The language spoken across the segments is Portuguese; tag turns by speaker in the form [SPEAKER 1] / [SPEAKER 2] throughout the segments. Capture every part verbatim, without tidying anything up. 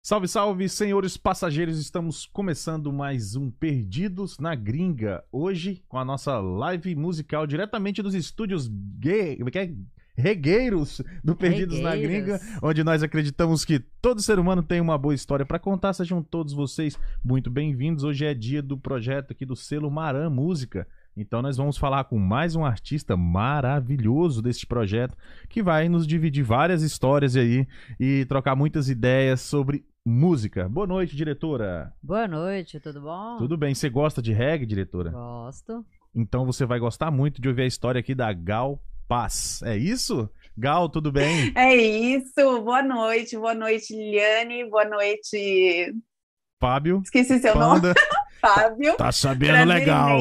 [SPEAKER 1] Salve, salve, senhores passageiros! Estamos começando mais um Perdidos na Gringa. Hoje, com a nossa live musical diretamente dos estúdios gay, que é? regueiros do Perdidos na Gringa, onde nós acreditamos que todo ser humano tem uma boa história para contar. Sejam todos vocês muito bem-vindos. Hoje é dia do projeto aqui do selo Maran Música. Então nós vamos falar com mais um artista maravilhoso deste projeto, que vai nos dividir várias histórias aí e trocar muitas ideias sobre música. Boa noite, diretora.
[SPEAKER 2] Boa noite, tudo bom?
[SPEAKER 1] Tudo bem. Você gosta de reggae, diretora?
[SPEAKER 2] Gosto.
[SPEAKER 1] Então você vai gostar muito de ouvir a história aqui da Gal Paz. É isso? Gal, tudo bem?
[SPEAKER 3] É isso. Boa noite. Boa noite, Liliane. Boa noite...
[SPEAKER 1] Fábio.
[SPEAKER 3] Esqueci seu
[SPEAKER 1] Panda.
[SPEAKER 3] nome. Fábio.
[SPEAKER 1] Tá sabendo legal.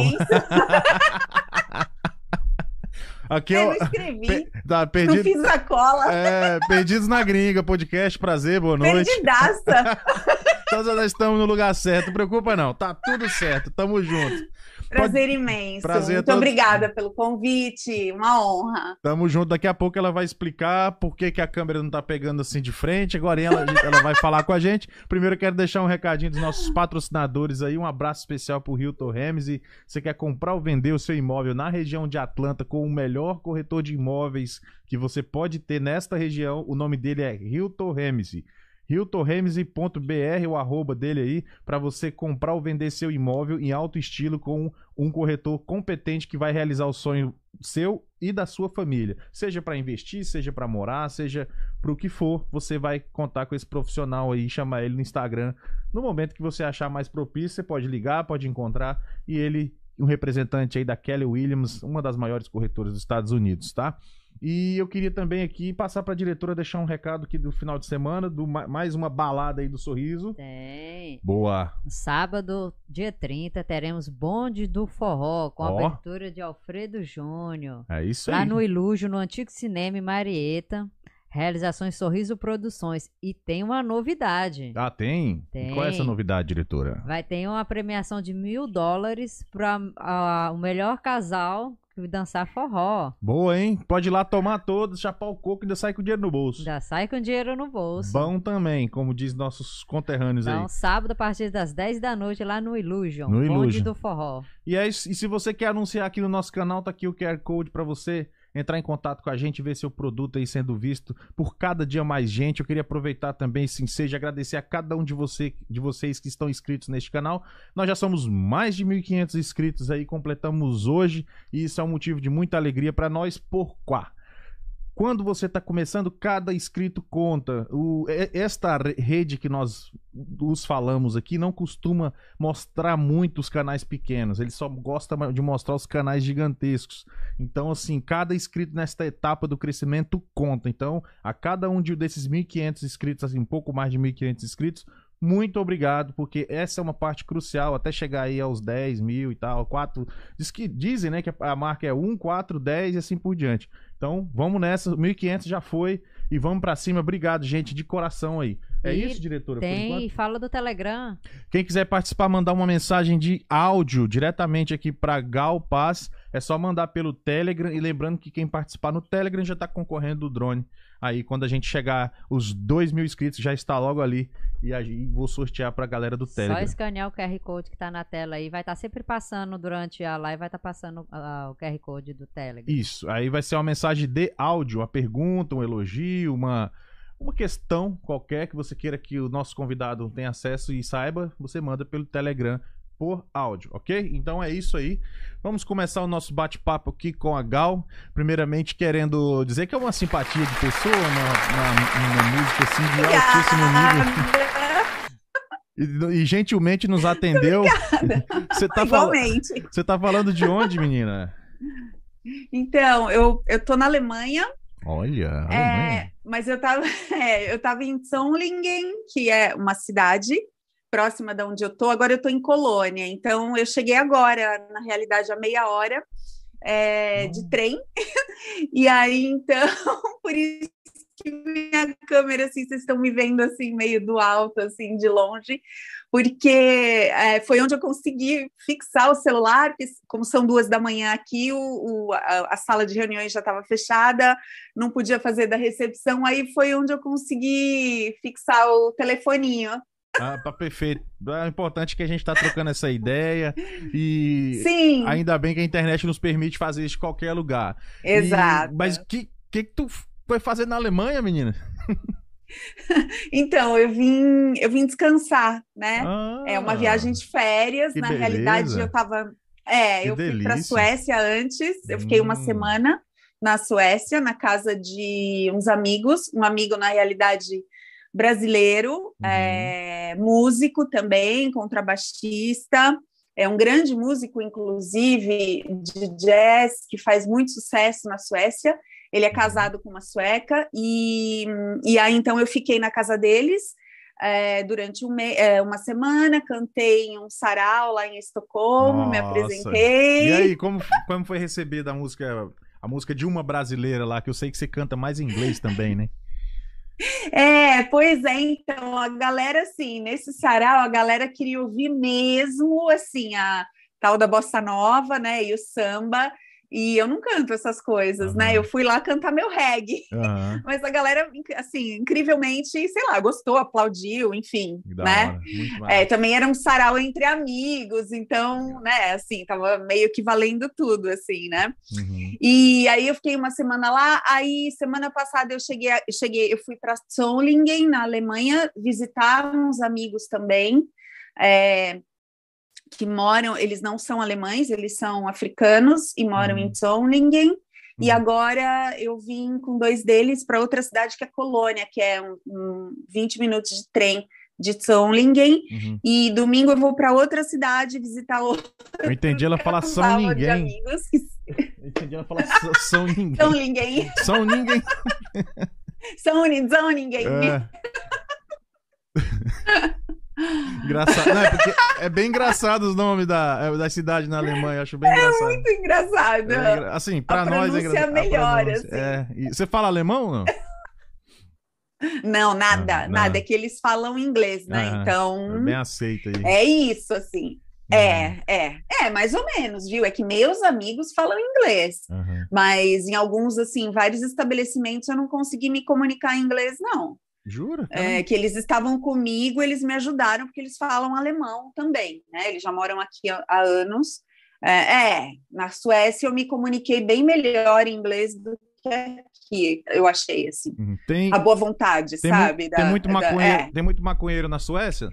[SPEAKER 1] Aqui
[SPEAKER 3] eu
[SPEAKER 1] eu
[SPEAKER 3] não escrevi.
[SPEAKER 1] Pe... Tá, perdido...
[SPEAKER 3] Não fiz a cola.
[SPEAKER 1] É, Perdidos na Gringa, podcast, prazer, boa noite.
[SPEAKER 3] Perdidaça.
[SPEAKER 1] Então nós estamos no lugar certo, não preocupa não, tá tudo certo, tamo junto.
[SPEAKER 3] Prazer
[SPEAKER 1] Pode...
[SPEAKER 3] imenso.
[SPEAKER 1] Prazer
[SPEAKER 3] Muito
[SPEAKER 1] todo...
[SPEAKER 3] obrigada pelo convite, uma honra.
[SPEAKER 1] Tamo junto, daqui a pouco ela vai explicar por que, que a câmera não tá pegando assim de frente, agora ela, ela vai falar com a gente. Primeiro eu quero deixar um recadinho dos nossos patrocinadores aí, um abraço especial pro Hilton Ramsey. Você quer comprar ou vender o seu imóvel na região de Atlanta com o melhor corretor de imóveis que você pode ter nesta região, o nome dele é Hilton Ramsey. hilton ramsey ponto b r, o arroba dele aí, para você comprar ou vender seu imóvel em alto estilo com um corretor competente que vai realizar o sonho seu e da sua família. Seja para investir, seja para morar, seja para o que for, você vai contar com esse profissional aí, chamar ele no Instagram. No momento que você achar mais propício, você pode ligar, pode encontrar, e ele, um representante aí da Kelly Williams, uma das maiores corretoras dos Estados Unidos, tá? E eu queria também aqui passar para a diretora deixar um recado aqui do final de semana, do mais uma balada aí do Sorriso.
[SPEAKER 2] Tem.
[SPEAKER 1] Boa.
[SPEAKER 2] Sábado, dia trinta, teremos Bonde do Forró, com
[SPEAKER 1] Ó.
[SPEAKER 2] a abertura de Alfredo Júnior.
[SPEAKER 1] É isso
[SPEAKER 2] Lá
[SPEAKER 1] aí.
[SPEAKER 2] no Ilúgio, no Antigo Cinema em Marieta. Realizações Sorriso Produções. E tem uma novidade.
[SPEAKER 1] Ah, tem?
[SPEAKER 2] Tem.
[SPEAKER 1] E qual é essa novidade, diretora?
[SPEAKER 2] Vai ter uma premiação de mil dólares para o melhor casal que dançar forró.
[SPEAKER 1] Boa, hein? Pode ir lá tomar todos, chapar o coco e ainda sai com o dinheiro no bolso.
[SPEAKER 2] Ainda sai com dinheiro no bolso.
[SPEAKER 1] Bom também, como diz nossos conterrâneos
[SPEAKER 2] Então,
[SPEAKER 1] aí.
[SPEAKER 2] sábado, a partir das dez da noite, lá no Illusion.
[SPEAKER 1] No
[SPEAKER 2] Bonde
[SPEAKER 1] Illusion.
[SPEAKER 2] do Forró.
[SPEAKER 1] E, aí, e se você quer anunciar aqui no nosso canal, tá aqui o Q R Code para você entrar em contato com a gente, ver seu produto aí sendo visto por cada dia mais gente. Eu queria aproveitar também, sim, seja agradecer a cada um de, você, de vocês que estão inscritos neste canal. Nós já somos mais de mil e quinhentos inscritos aí, completamos hoje, e isso é um motivo de muita alegria para nós. Por quá? Quando você está começando, cada inscrito conta. O, esta rede que nós os falamos aqui não costuma mostrar muito os canais pequenos. Ele só gosta de mostrar os canais gigantescos. Então, assim, cada inscrito nesta etapa do crescimento conta. Então, a cada um de, desses mil e quinhentos inscritos, assim, um pouco mais de mil e quinhentos inscritos, muito obrigado, porque essa é uma parte crucial até chegar aí aos dez mil e tal, quatro, diz que, dizem, né, que a marca é um, quatro, dez e assim por diante. Então, vamos nessa, mil e quinhentos já foi e vamos pra cima. Obrigado, gente, de coração aí. É
[SPEAKER 2] E
[SPEAKER 1] isso, diretora?
[SPEAKER 2] Tem, e fala do Telegram.
[SPEAKER 1] Quem quiser participar, mandar uma mensagem de áudio diretamente aqui pra Gal Paz, é só mandar pelo Telegram. E lembrando que quem participar no Telegram já tá concorrendo do drone. Aí quando a gente chegar os dois mil inscritos, já está logo ali. E aí vou sortear pra galera do Telegram.
[SPEAKER 2] Só escanear o Q R Code que tá na tela aí. Vai estar sempre passando durante a live, vai estar passando uh, o Q R Code do Telegram.
[SPEAKER 1] Isso, aí vai ser uma mensagem de áudio, uma pergunta, um elogio, uma... Uma questão qualquer que você queira que o nosso convidado tenha acesso e saiba, você manda pelo Telegram por áudio, ok? Então é isso aí. Vamos começar o nosso bate-papo aqui com a Gal. Primeiramente, querendo dizer que é uma simpatia de pessoa na, na, na música assim, de altíssimo nível. E, e gentilmente nos atendeu. Você tá
[SPEAKER 3] Igualmente.
[SPEAKER 1] Fal... Você tá falando de onde, menina?
[SPEAKER 3] Então, eu, eu tô na Alemanha.
[SPEAKER 1] Olha,
[SPEAKER 3] é, mas eu tava, é, eu tava em Solingen, que é uma cidade próxima de onde eu tô. Agora eu tô em Colônia, então eu cheguei agora, na realidade, a meia hora é, de trem. E aí, então, por isso que minha câmera, assim, vocês estão me vendo assim, meio do alto, assim, de longe, porque é, foi onde eu consegui fixar o celular, porque como são duas da manhã aqui, o, o, a, a sala de reuniões já estava fechada, não podia fazer da recepção, aí foi onde eu consegui fixar o telefoninho.
[SPEAKER 1] Ah, tá perfeito. É importante que a gente tá trocando essa ideia e
[SPEAKER 3] Sim.
[SPEAKER 1] Ainda bem que a internet nos permite fazer isso de qualquer lugar.
[SPEAKER 3] Exato.
[SPEAKER 1] E... Mas o que, que que tu foi fazer na Alemanha, menina?
[SPEAKER 3] Então, eu vim, eu vim descansar, né?
[SPEAKER 1] Ah,
[SPEAKER 3] é uma viagem de férias.
[SPEAKER 1] que
[SPEAKER 3] Na
[SPEAKER 1] beleza.
[SPEAKER 3] realidade, eu tava. É,
[SPEAKER 1] Que
[SPEAKER 3] eu fui
[SPEAKER 1] delícia.
[SPEAKER 3] para a Suécia antes. Eu fiquei uma
[SPEAKER 1] Hum.
[SPEAKER 3] semana na Suécia, na casa de uns amigos. Um amigo, na realidade, brasileiro,
[SPEAKER 1] Uhum.
[SPEAKER 3] é, músico também, contrabaixista. É um grande músico, inclusive, de jazz, que faz muito sucesso na Suécia. Ele é casado com uma sueca, e, e aí então eu fiquei na casa deles é, durante um me é, uma semana, cantei em um sarau lá em Estocolmo,
[SPEAKER 1] Nossa.
[SPEAKER 3] me apresentei.
[SPEAKER 1] E aí, como, como foi receber a música, a música de uma brasileira lá, que eu sei que você canta mais em inglês também, né?
[SPEAKER 3] É, pois é, então, a galera, assim, nesse sarau, a galera queria ouvir mesmo, assim, a tal da bossa nova, né, e o samba, e eu não canto essas coisas,
[SPEAKER 1] Uhum.
[SPEAKER 3] né, eu fui lá cantar meu reggae,
[SPEAKER 1] Uhum.
[SPEAKER 3] mas a galera, assim, incrivelmente, sei lá, gostou, aplaudiu, enfim,
[SPEAKER 1] Da
[SPEAKER 3] né.
[SPEAKER 1] hora. Muito
[SPEAKER 3] É,
[SPEAKER 1] massa.
[SPEAKER 3] também era um sarau entre amigos, então, né, assim, tava meio que valendo tudo, assim, né.
[SPEAKER 1] Uhum.
[SPEAKER 3] E aí eu fiquei uma semana lá, aí semana passada eu cheguei, eu cheguei, eu fui para Solingen, na Alemanha, visitar uns amigos também, é, que moram, eles não são alemães, eles são africanos e moram
[SPEAKER 1] Uhum.
[SPEAKER 3] em Solingen. E
[SPEAKER 1] Uhum.
[SPEAKER 3] agora eu vim com dois deles para outra cidade que é Colônia, que é um, um vinte minutos de trem de Solingen.
[SPEAKER 1] Uhum.
[SPEAKER 3] E domingo eu vou para outra cidade visitar outro
[SPEAKER 1] Eu entendi ela falar São
[SPEAKER 3] casal de
[SPEAKER 1] Ninguém.
[SPEAKER 3] amigos que
[SPEAKER 1] Eu entendi ela falar São, São Ninguém.
[SPEAKER 3] são ninguém.
[SPEAKER 1] São Ninguém.
[SPEAKER 3] São, uni- são ninguém.
[SPEAKER 1] É. Engraçado. Não, é, porque é bem engraçado os nomes da, da cidade na Alemanha, eu acho bem engraçado.
[SPEAKER 3] Muito engraçado.
[SPEAKER 1] É engra- Assim, pra
[SPEAKER 3] A
[SPEAKER 1] nós é
[SPEAKER 3] pronúncia
[SPEAKER 1] engraçado.
[SPEAKER 3] melhor,
[SPEAKER 1] A pronúncia,
[SPEAKER 3] assim.
[SPEAKER 1] é. E você fala alemão ou não?
[SPEAKER 3] Não, nada,
[SPEAKER 1] Ah,
[SPEAKER 3] nada.
[SPEAKER 1] não.
[SPEAKER 3] É que eles falam inglês, né?
[SPEAKER 1] Ah,
[SPEAKER 3] Então,
[SPEAKER 1] É bem aceito aí.
[SPEAKER 3] é isso, assim.
[SPEAKER 1] Uhum.
[SPEAKER 3] É, é, é, mais ou menos, viu? É que meus amigos falam inglês,
[SPEAKER 1] Uhum.
[SPEAKER 3] mas em alguns, assim, vários estabelecimentos eu não consegui me comunicar em inglês, não.
[SPEAKER 1] Jura?
[SPEAKER 3] É, que eles estavam comigo, eles me ajudaram, porque eles falam alemão também, né? Eles já moram aqui há, há anos. É, é, na Suécia eu me comuniquei bem melhor em inglês do que aqui, eu achei, assim.
[SPEAKER 1] Uhum. Tem,
[SPEAKER 3] A boa vontade,
[SPEAKER 1] tem,
[SPEAKER 3] sabe?
[SPEAKER 1] mu-
[SPEAKER 3] Da-
[SPEAKER 1] tem, muito
[SPEAKER 3] da-
[SPEAKER 1] maconheiro,
[SPEAKER 3] é.
[SPEAKER 1] tem muito maconheiro na Suécia?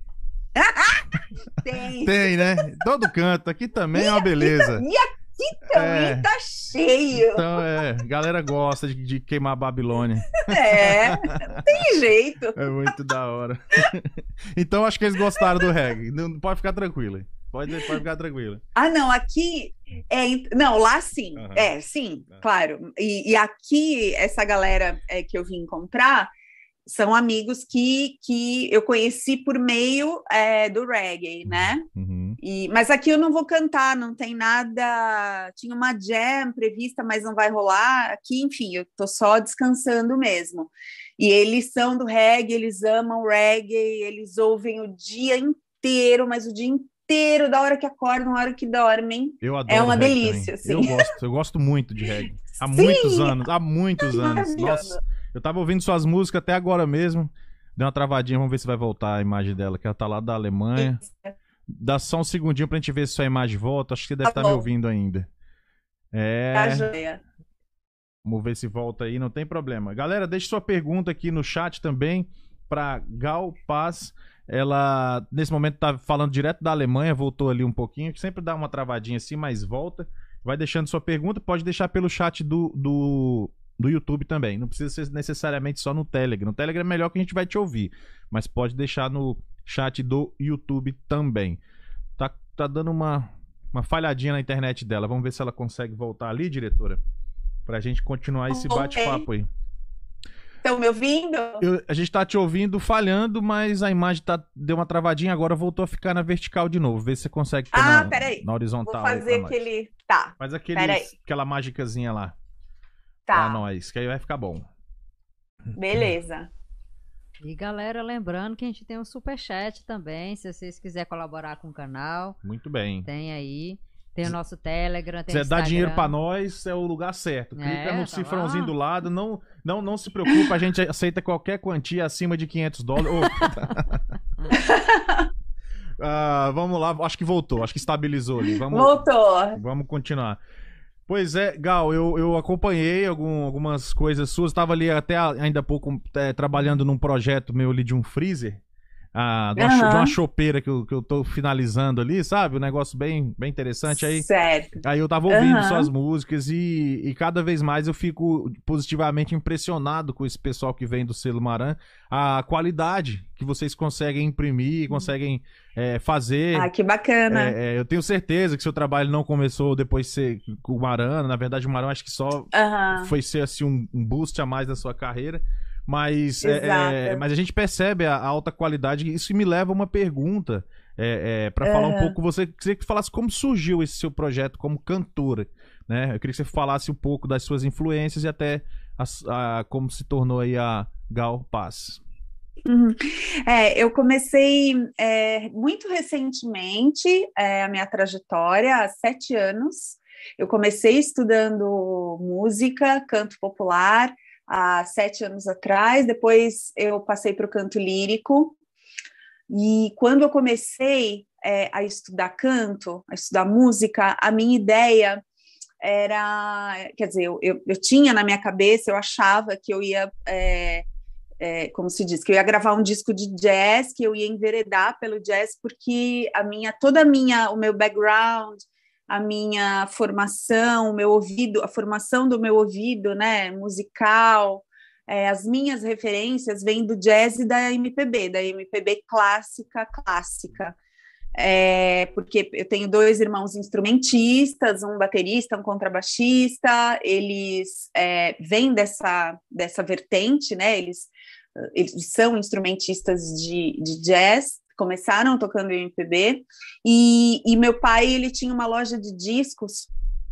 [SPEAKER 3] Tem.
[SPEAKER 1] Tem, né? Todo canto. Aqui também é uma beleza.
[SPEAKER 3] E aqui também
[SPEAKER 1] É.
[SPEAKER 3] tá cheio.
[SPEAKER 1] Então, é, a galera gosta de, de queimar a Babilônia.
[SPEAKER 3] É, não tem jeito.
[SPEAKER 1] É muito da hora. Então, acho que eles gostaram do reggae. Não, pode ficar tranquila. Pode, pode ficar tranquila.
[SPEAKER 3] Ah, não, aqui é, ent- não, lá sim,
[SPEAKER 1] Aham.
[SPEAKER 3] é, sim,
[SPEAKER 1] Ah.
[SPEAKER 3] claro. E, e aqui, essa galera é, que eu vim encontrar são amigos que, que eu conheci por meio é, do reggae, né?
[SPEAKER 1] Uhum.
[SPEAKER 3] E, mas aqui eu não vou cantar, não tem nada. Tinha uma jam prevista, mas não vai rolar. Aqui, enfim, eu tô só descansando mesmo. E eles são do reggae, eles amam reggae, eles ouvem o dia inteiro, mas o dia inteiro, da hora que acordam, da hora que dormem.
[SPEAKER 1] Eu adoro
[SPEAKER 3] É uma
[SPEAKER 1] reggae
[SPEAKER 3] delícia,
[SPEAKER 1] também.
[SPEAKER 3] assim.
[SPEAKER 1] Eu gosto, eu gosto muito de reggae. Há
[SPEAKER 3] Sim!
[SPEAKER 1] muitos anos, há muitos anos.
[SPEAKER 3] Maravilhoso.
[SPEAKER 1] Nossa, eu tava ouvindo suas músicas até agora mesmo. Deu uma travadinha, vamos ver se vai voltar a imagem dela, que ela tá lá da Alemanha. Dá só um segundinho pra gente ver se sua imagem volta. Acho que você deve
[SPEAKER 3] Tá
[SPEAKER 1] estar me
[SPEAKER 3] bom.
[SPEAKER 1] ouvindo ainda. É.
[SPEAKER 3] Tá joia.
[SPEAKER 1] Vamos ver se volta aí, não tem problema. Galera, deixe sua pergunta aqui no chat também para Gal Paz. Ela, nesse momento, tá falando direto da Alemanha, voltou ali um pouquinho, que sempre dá uma travadinha assim, mas volta. Vai deixando sua pergunta, pode deixar pelo chat do, do, do YouTube também. Não precisa ser necessariamente só no Telegram. No Telegram é melhor que a gente vai te ouvir, mas pode deixar no chat do YouTube também. Tá, tá dando uma, uma falhadinha na internet dela. Vamos ver se ela consegue voltar ali, diretora, pra gente continuar esse bate-papo aí.
[SPEAKER 3] Estão me ouvindo?
[SPEAKER 1] Eu- a gente tá te ouvindo falhando, mas a imagem tá, deu uma travadinha, agora voltou a ficar na vertical de novo. Vê se você consegue pôr
[SPEAKER 3] Ah,
[SPEAKER 1] na,
[SPEAKER 3] peraí.
[SPEAKER 1] na horizontal.
[SPEAKER 3] Vou
[SPEAKER 1] aí
[SPEAKER 3] fazer
[SPEAKER 1] pra nós.
[SPEAKER 3] aquele. Tá,
[SPEAKER 1] Faz aquele,
[SPEAKER 3] peraí.
[SPEAKER 1] aquela mágicazinha lá pra
[SPEAKER 3] tá.
[SPEAKER 1] nós, que aí vai ficar bom.
[SPEAKER 3] Beleza.
[SPEAKER 2] E galera, lembrando que a gente tem um superchat também, se vocês quiserem colaborar com o canal,
[SPEAKER 1] Muito bem.
[SPEAKER 2] tem aí. Tem o nosso Telegram, tem
[SPEAKER 1] Se
[SPEAKER 2] o
[SPEAKER 1] você dá
[SPEAKER 2] Instagram.
[SPEAKER 1] dinheiro pra nós, é o lugar certo. Clica
[SPEAKER 2] É,
[SPEAKER 1] no
[SPEAKER 2] tá
[SPEAKER 1] cifrãozinho
[SPEAKER 2] lá.
[SPEAKER 1] do lado. Não, não, não se preocupa, a gente aceita qualquer quantia acima de quinhentos dólares. Ô, ah, vamos lá, acho que voltou, acho que estabilizou ali. Vamos,
[SPEAKER 3] Voltou.
[SPEAKER 1] vamos continuar. Pois é, Gal, eu, eu acompanhei algum- algumas coisas suas. Estava ali até a- ainda há pouco é, trabalhando num projeto meu ali de um freezer. Ah, de, uma, cho- de uma
[SPEAKER 3] Aham.
[SPEAKER 1] chopeira que eu, que eu tô finalizando ali, sabe? Um negócio bem, bem interessante. Aí,
[SPEAKER 3] Certo.
[SPEAKER 1] aí eu tava ouvindo
[SPEAKER 3] Aham.
[SPEAKER 1] suas músicas e, e cada vez mais eu fico positivamente impressionado com esse pessoal que vem do selo Maran. A qualidade que vocês conseguem imprimir, conseguem é, fazer.
[SPEAKER 3] Ah, que bacana.
[SPEAKER 1] É, é, eu tenho certeza que seu trabalho não começou depois de ser com o Maran. Na verdade, o Maran acho que só
[SPEAKER 3] Aham.
[SPEAKER 1] foi ser assim, um, um boost a mais na sua carreira. Mas, é, é,
[SPEAKER 3] Exato.
[SPEAKER 1] mas a gente percebe a, a alta qualidade. Isso me leva a uma pergunta é, é, para falar um
[SPEAKER 3] Aham.
[SPEAKER 1] pouco. Você queria que falasse como surgiu esse seu projeto como cantora, né? Eu queria que você falasse um pouco das suas influências e até a- a- como se tornou aí a Gal Paz.
[SPEAKER 3] Uhum. É, eu comecei é, muito recentemente é, a minha trajetória, há sete anos. Eu comecei estudando música, canto popular, há sete anos atrás. Depois eu passei para o canto lírico. E quando eu comecei é, a estudar canto, a estudar música, a minha ideia era, quer dizer, eu, eu, eu tinha na minha cabeça, eu achava que eu ia é, é, como se diz, que eu ia gravar um disco de jazz, que eu ia enveredar pelo jazz, porque a minha, toda a minha, o meu background, a minha formação, o meu ouvido, a formação do meu ouvido, né, musical, é, as minhas referências vêm do jazz e da M P B, da M P B clássica, clássica. É, porque eu tenho dois irmãos instrumentistas, um baterista, um contrabaixista, eles é, vêm dessa, dessa vertente, né? Eles, eles são instrumentistas de, de jazz, começaram tocando em M P B, e, e meu pai, ele tinha uma loja de discos.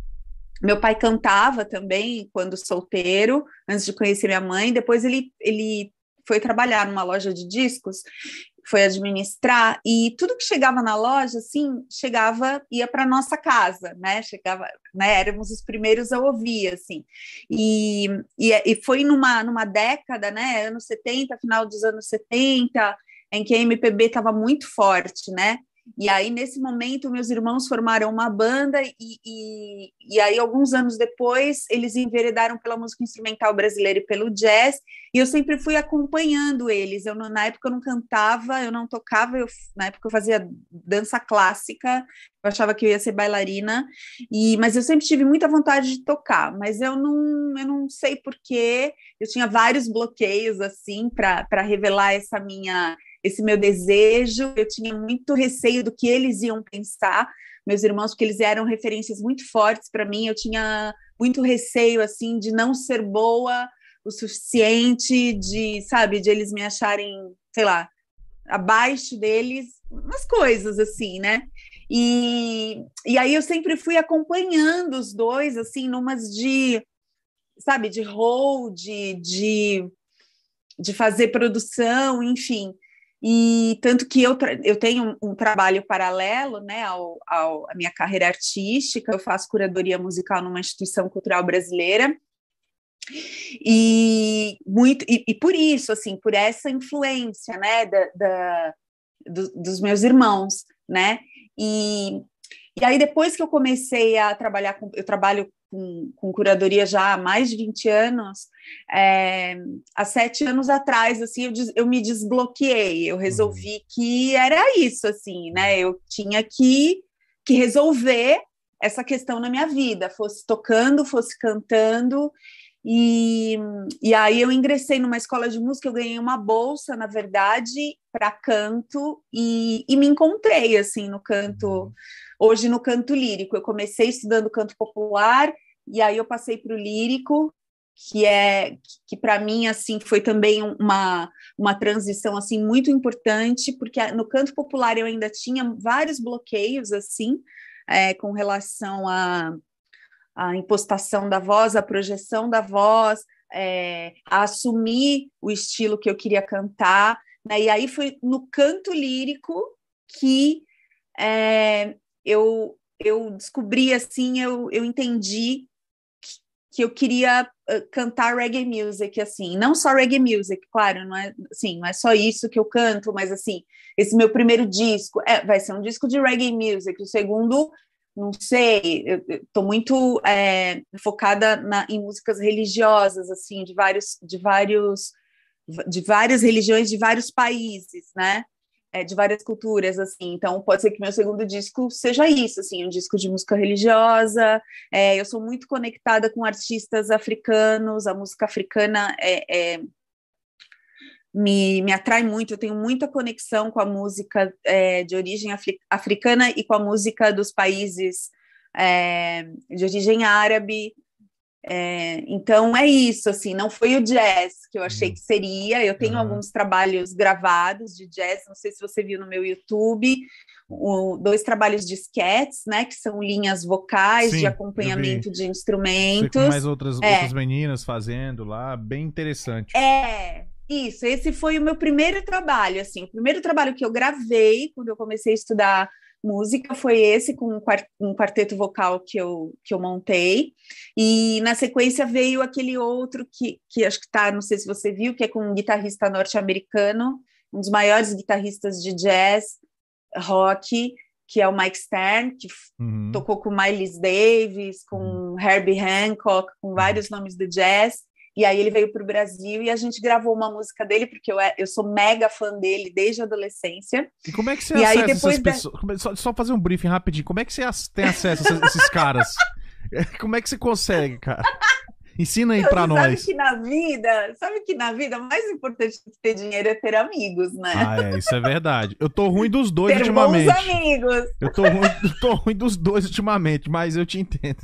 [SPEAKER 3] Meu pai cantava também quando solteiro, antes de conhecer minha mãe, depois ele, ele foi trabalhar numa loja de discos, foi administrar, e tudo que chegava na loja, assim, chegava, ia para nossa casa, né, chegava, né, éramos os primeiros a ouvir, assim, e, e, e foi numa, numa década, né, anos setenta, final dos anos setenta, em que a M P B estava muito forte, né, e aí, nesse momento, meus irmãos formaram uma banda e, e, e aí, alguns anos depois, eles enveredaram pela música instrumental brasileira e pelo jazz, e eu sempre fui acompanhando eles. Eu, na época, eu não cantava, eu não tocava, eu, na época eu fazia dança clássica, eu achava que eu ia ser bailarina, e, mas eu sempre tive muita vontade de tocar, mas eu não, eu não sei porquê, eu tinha vários bloqueios, assim, para revelar essa minha... esse meu desejo, eu tinha muito receio do que eles iam pensar, meus irmãos, porque eles eram referências muito fortes para mim, eu tinha muito receio, assim, de não ser boa o suficiente, de, sabe, de eles me acharem, sei lá, abaixo deles, umas coisas assim, né? E, e aí eu sempre fui acompanhando os dois, assim, numas de, sabe, de hold, de, de fazer produção, enfim. E tanto que eu, eu tenho um, um trabalho paralelo, né, ao, ao, à minha carreira artística, eu faço curadoria musical numa instituição cultural brasileira, e, muito, e, e por isso, assim, por essa influência, né, da, da, do, dos meus irmãos, né, e, e aí depois que eu comecei a trabalhar, com, eu trabalho Com, com curadoria já há mais de vinte anos, é, há sete anos atrás, assim, eu, des, eu me desbloqueei, eu resolvi uhum. que era isso, assim, né, eu tinha que, que resolver essa questão na minha vida, fosse tocando, fosse cantando, e, e aí eu ingressei numa escola de música, eu ganhei uma bolsa, na verdade, para canto, e, e me encontrei, assim, no canto... Uhum. Hoje no canto lírico, eu comecei estudando canto popular e aí eu passei para o lírico, que é que para mim assim foi também uma, uma transição assim muito importante, porque no canto popular eu ainda tinha vários bloqueios assim é, com relação à, à impostação da voz, à projeção da voz, é, a assumir o estilo que eu queria cantar, né? E aí foi no canto lírico que é, eu, eu descobri, assim, eu, eu entendi que, que eu queria uh, cantar reggae music, assim, não só reggae music, claro, não é, assim, não é só isso que eu canto, mas, assim, esse meu primeiro disco é, vai ser um disco de reggae music, o segundo, não sei, eu estou muito é, focada na, em músicas religiosas, assim, de vários, de vários, de várias religiões, de vários países, né? É, de várias culturas, assim, então pode ser que meu segundo disco seja isso, assim, um disco de música religiosa. É, eu sou muito conectada com artistas africanos, a música africana é, é, me, me atrai muito, eu tenho muita conexão com a música é, de origem afri africana e com a música dos países é, de origem árabe. É, então é isso, assim, não foi o jazz que eu achei que seria. Eu tenho uhum. alguns trabalhos gravados de jazz, não sei se você viu no meu YouTube, o, dois trabalhos de sketches, né, que são linhas vocais. Sim, de acompanhamento de instrumentos.
[SPEAKER 1] Com mais outras, é. outras meninas fazendo lá, bem interessante.
[SPEAKER 3] É, isso, esse foi o meu primeiro trabalho, assim, o primeiro trabalho que eu gravei quando eu comecei a estudar música foi esse, com um quarteto vocal que eu, que eu montei, e na sequência veio aquele outro que, que acho que tá, não sei se você viu, que é com um guitarrista norte-americano, um dos maiores guitarristas de jazz, rock, que é o Mike Stern, que uhum. tocou com Miles Davis, com uhum. Herbie Hancock, com vários nomes do jazz. E aí ele veio para o Brasil e a gente gravou uma música dele, porque eu, eu sou mega fã dele desde a adolescência.
[SPEAKER 1] E como é que você
[SPEAKER 3] e
[SPEAKER 1] acessa
[SPEAKER 3] aí, depois
[SPEAKER 1] essas pessoas? Da... Só, só fazer um briefing rapidinho. Como é que você tem acesso a esses caras? Como é que você consegue, cara? Ensina aí para nós.
[SPEAKER 3] Sabe que na vida, sabe que na vida, o mais importante que ter dinheiro é ter amigos, né?
[SPEAKER 1] Ah, é, isso é verdade. Eu tô ruim dos dois ter ultimamente.
[SPEAKER 3] Bons amigos.
[SPEAKER 1] Eu tô ruim, eu tô ruim dos dois ultimamente, mas eu te entendo.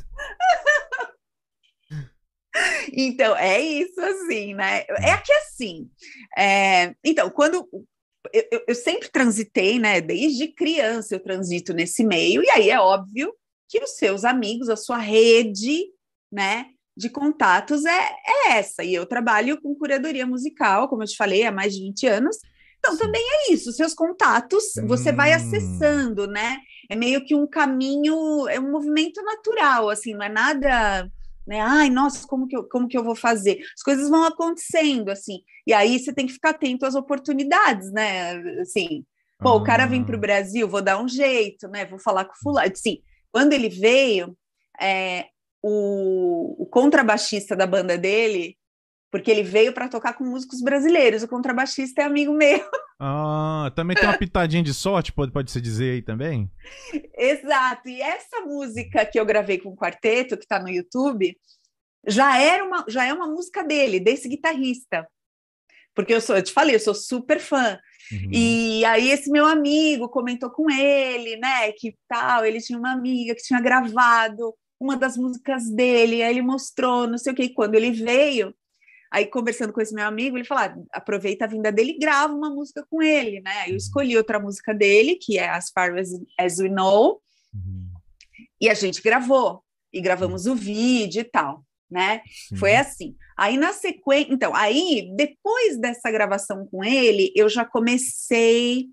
[SPEAKER 3] Então, é isso, assim, né? É que assim, é... então, quando... Eu, eu sempre transitei, né? Desde criança eu transito nesse meio, e aí é óbvio que os seus amigos, a sua rede, né, de contatos é, é essa. E eu trabalho com curadoria musical, como eu te falei, há mais de vinte anos. Então, Sim. também é isso. Seus contatos, você hum. vai acessando, né? É meio que um caminho, é um movimento natural, assim, não é nada... Né? Ai, nossa, como que, eu, como que eu vou fazer? As coisas vão acontecendo, assim, e aí você tem que ficar atento às oportunidades, né? Assim, pô, ah. o cara vem para o Brasil, vou dar um jeito, né? Vou falar com o fulano. Assim, quando ele veio, é, o, o contrabaixista da banda dele, porque ele veio para tocar com músicos brasileiros, o contrabaixista é amigo meu.
[SPEAKER 1] Ah, também tem uma pitadinha de sorte, pode, pode se dizer aí também?
[SPEAKER 3] Exato, e essa música que eu gravei com o quarteto, que está no YouTube, já, era uma, já é uma música dele, desse guitarrista, porque eu, sou, eu te falei, eu sou super fã, uhum. E aí esse meu amigo comentou com ele, né, que tal, ele tinha uma amiga que tinha gravado uma das músicas dele, aí ele mostrou, não sei o que, e quando ele veio, aí, conversando com esse meu amigo, ele falou, ah, aproveita a vinda dele e grava uma música com ele, né? Aí eu escolhi outra música dele, que é As Far As, As We Know, uhum. e a gente gravou, e gravamos o vídeo e tal, né? Sim. Foi assim. Aí, na sequência... Então, aí, depois dessa gravação com ele, eu já comecei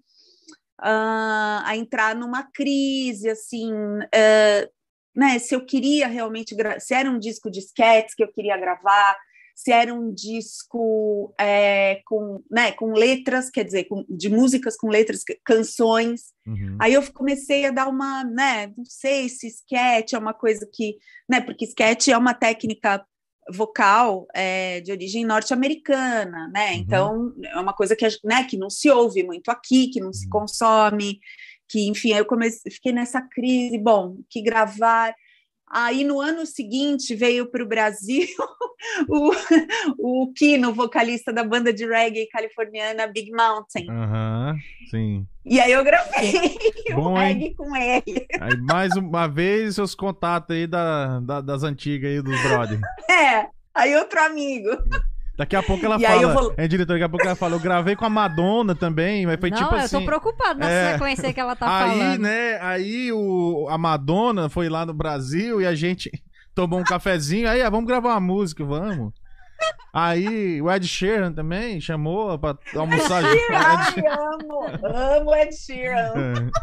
[SPEAKER 3] uh, a entrar numa crise, assim... Uh, né? Se eu queria realmente... Gra... Se era um disco de sketches que eu queria gravar... se era um disco é, com, né, com letras, quer dizer, com, de músicas com letras, canções. Uhum. Aí eu comecei a dar uma, né, não sei se sketch é uma coisa que, né, porque sketch é uma técnica vocal é, de origem norte-americana, né, uhum. Então é uma coisa que, né, que não se ouve muito aqui, que não uhum. se consome, que, enfim, aí eu comecei, fiquei nessa crise, bom, que gravar... Aí, no ano seguinte, veio para o Brasil o, o Kino, vocalista da banda de reggae californiana Big Mountain.
[SPEAKER 1] Aham, uhum, sim.
[SPEAKER 3] E aí eu gravei
[SPEAKER 1] Bom,
[SPEAKER 3] o reggae com ele.
[SPEAKER 1] Aí, mais uma vez, seus contatos aí da, da, das antigas aí, dos brother.
[SPEAKER 3] É, aí outro amigo.
[SPEAKER 1] Daqui a pouco ela e fala, vou... é, diretor, daqui a pouco ela fala, eu gravei com a Madonna também, mas foi
[SPEAKER 2] não,
[SPEAKER 1] tipo assim...
[SPEAKER 2] Não, eu tô preocupado na é... sequência que ela tá
[SPEAKER 1] aí,
[SPEAKER 2] falando.
[SPEAKER 1] Aí, né, aí o, a Madonna foi lá no Brasil e a gente tomou um cafezinho, aí, ah, vamos gravar uma música, vamos. Aí o Ed Sheeran também chamou pra almoçar.
[SPEAKER 3] Ai, amo, amo Ed Sheeran.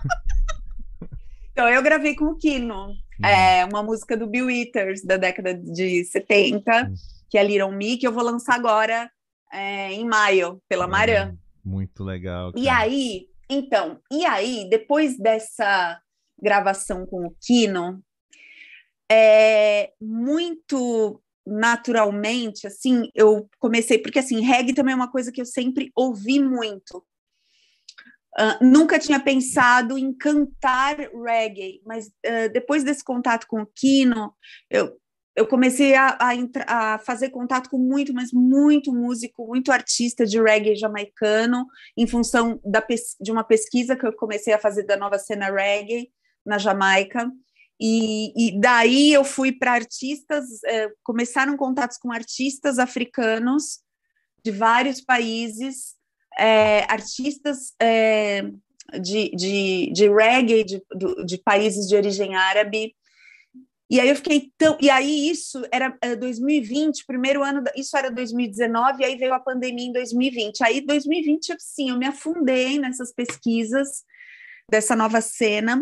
[SPEAKER 1] É.
[SPEAKER 3] Então, eu gravei com o Kino,
[SPEAKER 1] Uhum.
[SPEAKER 3] é, uma música do Bill Withers, da década de setenta,
[SPEAKER 1] Uhum.
[SPEAKER 3] que é Little Me, que eu vou lançar agora é, em maio, pela
[SPEAKER 1] Uhum.
[SPEAKER 3] Maran.
[SPEAKER 1] Muito legal. Cara.
[SPEAKER 3] E aí, então, e aí, depois dessa gravação com o Kino, é, muito naturalmente, assim, eu comecei, porque assim, reggae também é uma coisa que eu sempre ouvi muito. Uh, nunca tinha pensado em cantar reggae, mas uh, depois desse contato com o Kino, eu, eu comecei a, a, a fazer contato com muito, mas muito músico, muito artista de reggae jamaicano, em função da, de uma pesquisa que eu comecei a fazer da nova cena reggae na Jamaica. E, e daí eu fui para artistas, uh, começaram contatos com artistas africanos de vários países, É, artistas é, de, de, de reggae de, de países de origem árabe, e aí eu fiquei tão... E aí isso era dois mil e vinte, primeiro ano, isso era dois mil e dezenove, e aí veio a pandemia em dois mil e vinte. Aí dois mil e vinte, sim, eu me afundei nessas pesquisas dessa nova cena,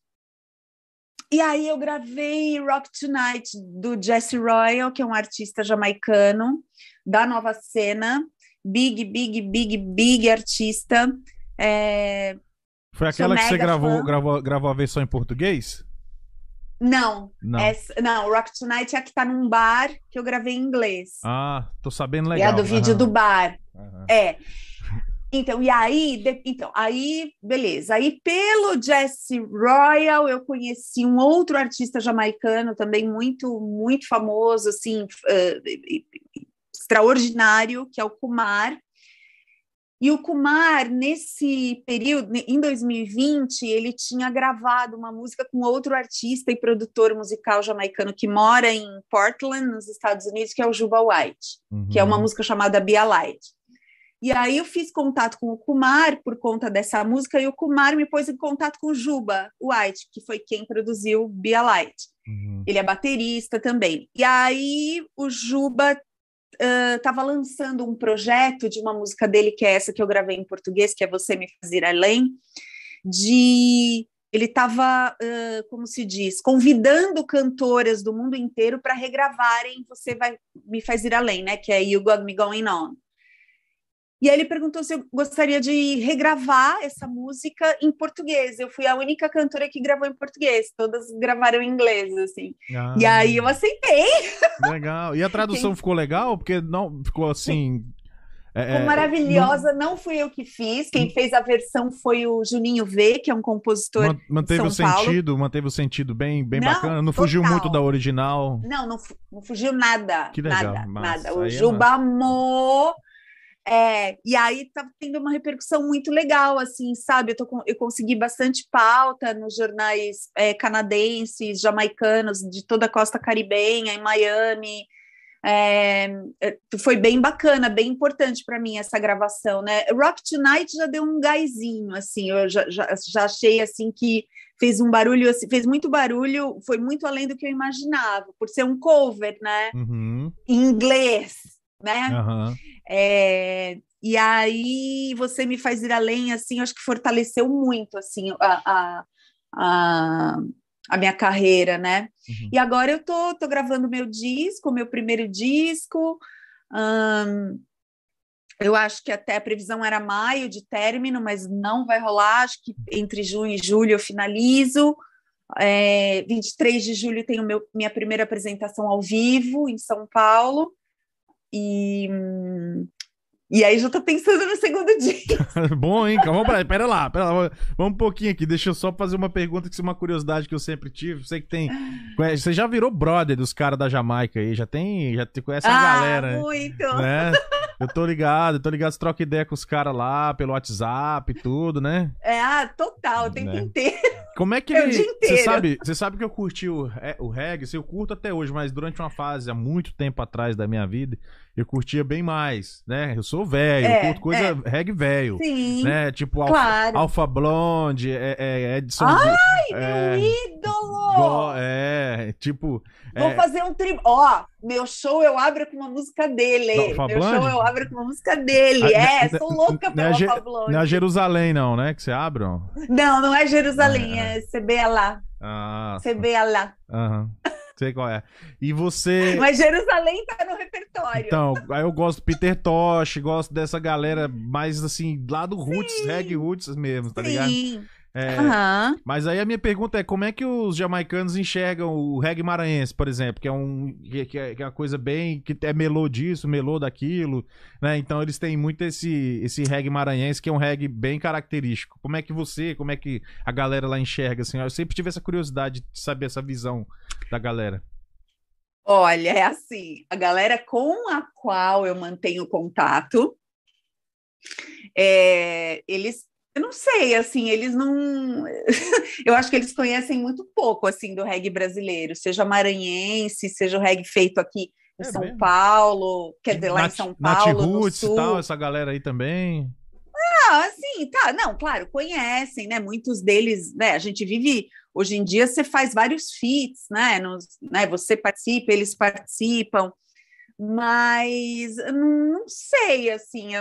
[SPEAKER 3] e aí eu gravei Rock Tonight, do Jesse Royal, que é um artista jamaicano, da nova cena, big, big, big, big artista. É...
[SPEAKER 1] Foi aquela que você gravou, gravou, gravou a versão em português?
[SPEAKER 3] Não,
[SPEAKER 1] não.
[SPEAKER 3] Essa, não, Rock Tonight é a que tá num bar que eu gravei em inglês.
[SPEAKER 1] Ah, tô sabendo legal.
[SPEAKER 3] É a do vídeo uhum. do bar.
[SPEAKER 1] Uhum.
[SPEAKER 3] É. Então, e aí, de, então, aí, beleza. Aí, pelo Jesse Royal, eu conheci um outro artista jamaicano também muito, muito famoso, assim, uh, extraordinário, que é o Kumar. E o Kumar, nesse período, em dois mil e vinte, ele tinha gravado uma música com outro artista e produtor musical jamaicano que mora em Portland, nos Estados Unidos, que é o Juba White, uhum. que é uma música chamada Be a Light. E aí eu fiz contato com o Kumar por conta dessa música, e o Kumar me pôs em contato com o Juba White, que foi quem produziu Be a Light. Uhum. Ele é baterista também. E aí o Juba estava uh, lançando um projeto de uma música dele, que é essa que eu gravei em português, que é Você Me Faz Ir Além, de... Ele estava, uh, como se diz, convidando cantoras do mundo inteiro para regravarem Você Vai Me Faz Ir Além, né? Que é You Got Me Going On. E aí ele perguntou se eu gostaria de regravar essa música em português. Eu fui a única cantora que gravou em português. Todas gravaram em inglês, assim. Ah, e aí eu aceitei.
[SPEAKER 1] Legal. E a tradução Quem... ficou legal? Porque não ficou assim...
[SPEAKER 3] É, ficou maravilhosa. Não... não fui eu que fiz. Quem fez a versão foi o Juninho V, que é um compositor
[SPEAKER 1] Manteve
[SPEAKER 3] de São
[SPEAKER 1] o
[SPEAKER 3] Paulo.
[SPEAKER 1] sentido, manteve o sentido bem, bem
[SPEAKER 3] não,
[SPEAKER 1] bacana. Não
[SPEAKER 3] total.
[SPEAKER 1] Fugiu muito da original.
[SPEAKER 3] Não, não, não fugiu nada.
[SPEAKER 1] Que legal.
[SPEAKER 3] Nada,
[SPEAKER 1] massa.
[SPEAKER 3] nada. O
[SPEAKER 1] aí
[SPEAKER 3] Juba
[SPEAKER 1] é
[SPEAKER 3] amou... É, e aí tá tendo uma repercussão muito legal, assim, sabe? Eu, tô com, eu consegui bastante pauta nos jornais é, canadenses, jamaicanos, de toda a costa caribenha, em Miami. É, foi bem bacana, bem importante para mim essa gravação, né? Rock Tonight já deu um gásinho, assim, eu já, já, já achei assim que fez um barulho, assim, fez muito barulho, foi muito além do que eu imaginava, por ser um cover, né?
[SPEAKER 1] Uhum.
[SPEAKER 3] Em inglês, né?
[SPEAKER 1] Uhum.
[SPEAKER 3] É, e aí Você Me Faz Ir Além, assim, acho que fortaleceu muito, assim, a, a, a, a minha carreira, né? Uhum. E agora eu tô, tô gravando meu disco, meu primeiro disco, hum, eu acho que até a previsão era maio de término, mas não vai rolar, acho que entre junho e julho eu finalizo. É, vinte e três de julho tenho meu, minha primeira apresentação ao vivo em São Paulo. E, e aí já tô pensando no segundo dia.
[SPEAKER 1] Bom, hein? Vamos pra, pera lá, pera lá. Vamos um pouquinho aqui. Deixa eu só fazer uma pergunta, que é uma curiosidade que eu sempre tive. Você que tem... Você já virou brother dos caras da Jamaica aí? Já tem... Já te conhece a
[SPEAKER 3] ah,
[SPEAKER 1] galera,
[SPEAKER 3] muito!
[SPEAKER 1] Né? Eu tô ligado, eu tô ligado. Você troca ideia com os caras lá pelo WhatsApp e tudo, né?
[SPEAKER 3] É, ah, total, o tempo
[SPEAKER 1] né?
[SPEAKER 3] inteiro.
[SPEAKER 1] Como é que
[SPEAKER 3] é
[SPEAKER 1] ele...
[SPEAKER 3] o dia inteiro.
[SPEAKER 1] Você sabe, você sabe que eu curti o, o reggae, eu curto até hoje, mas durante uma fase, há muito tempo atrás da minha vida, eu curtia bem mais, né? Eu sou velho,
[SPEAKER 3] É,
[SPEAKER 1] eu curto coisa
[SPEAKER 3] é.
[SPEAKER 1] reggae velho,
[SPEAKER 3] Sim,
[SPEAKER 1] né? Tipo Alfa,
[SPEAKER 3] claro.
[SPEAKER 1] Alpha Blonde, é, é, Edson...
[SPEAKER 3] Ai,
[SPEAKER 1] é,
[SPEAKER 3] meu ídolo!
[SPEAKER 1] go- é, tipo...
[SPEAKER 3] Vou
[SPEAKER 1] é,
[SPEAKER 3] fazer um tri... Ó, meu show eu abro com uma música dele.
[SPEAKER 1] Do Alpha
[SPEAKER 3] Meu
[SPEAKER 1] Blonde?
[SPEAKER 3] show eu abro com uma música dele.
[SPEAKER 1] Ah,
[SPEAKER 3] É,
[SPEAKER 1] n-
[SPEAKER 3] sou
[SPEAKER 1] n-
[SPEAKER 3] louca
[SPEAKER 1] não é
[SPEAKER 3] pela
[SPEAKER 1] Je-
[SPEAKER 3] Alpha Blonde.
[SPEAKER 1] não é Jerusalém não, né? Que você abre, ó.
[SPEAKER 3] Não, não é Jerusalém,
[SPEAKER 1] Ah, é.
[SPEAKER 3] é C B lá.
[SPEAKER 1] Ah,
[SPEAKER 3] C B lá.
[SPEAKER 1] aham. Sei qual é. E você...
[SPEAKER 3] Mas Jerusalém tá no repertório.
[SPEAKER 1] Então, aí eu gosto do Peter Tosh, gosto dessa galera mais assim, lá do Roots, reggae Roots mesmo, tá ligado?
[SPEAKER 3] Sim.
[SPEAKER 1] É,
[SPEAKER 3] Aham.
[SPEAKER 1] mas aí a minha pergunta é, como é que os jamaicanos enxergam o reggae maranhense, por exemplo, que é, um, que, que é que é uma coisa bem, que é melô disso, melô daquilo, né? Então eles têm muito esse, esse reggae maranhense, que é um reggae bem característico. Como é que você, como é que a galera lá enxerga, assim? Eu sempre tive essa curiosidade de saber essa visão da galera.
[SPEAKER 3] Olha, é assim, a galera com a qual eu mantenho contato, é, eles, eu não sei, assim, eles não, eu acho que eles conhecem muito pouco, assim, do reggae brasileiro, seja maranhense, seja o reggae feito aqui em
[SPEAKER 1] É
[SPEAKER 3] São
[SPEAKER 1] mesmo?
[SPEAKER 3] Paulo, quer dizer, lá
[SPEAKER 1] Nat,
[SPEAKER 3] em São
[SPEAKER 1] Nat
[SPEAKER 3] Paulo, no
[SPEAKER 1] Roots e
[SPEAKER 3] Sul.
[SPEAKER 1] tal, essa galera aí também.
[SPEAKER 3] Ah, assim, tá, não, claro, conhecem, né? Muitos deles, né? A gente vive, hoje em dia você faz vários feats, né? Nos, né? Você participa, eles participam, mas eu não, não sei, assim, eu,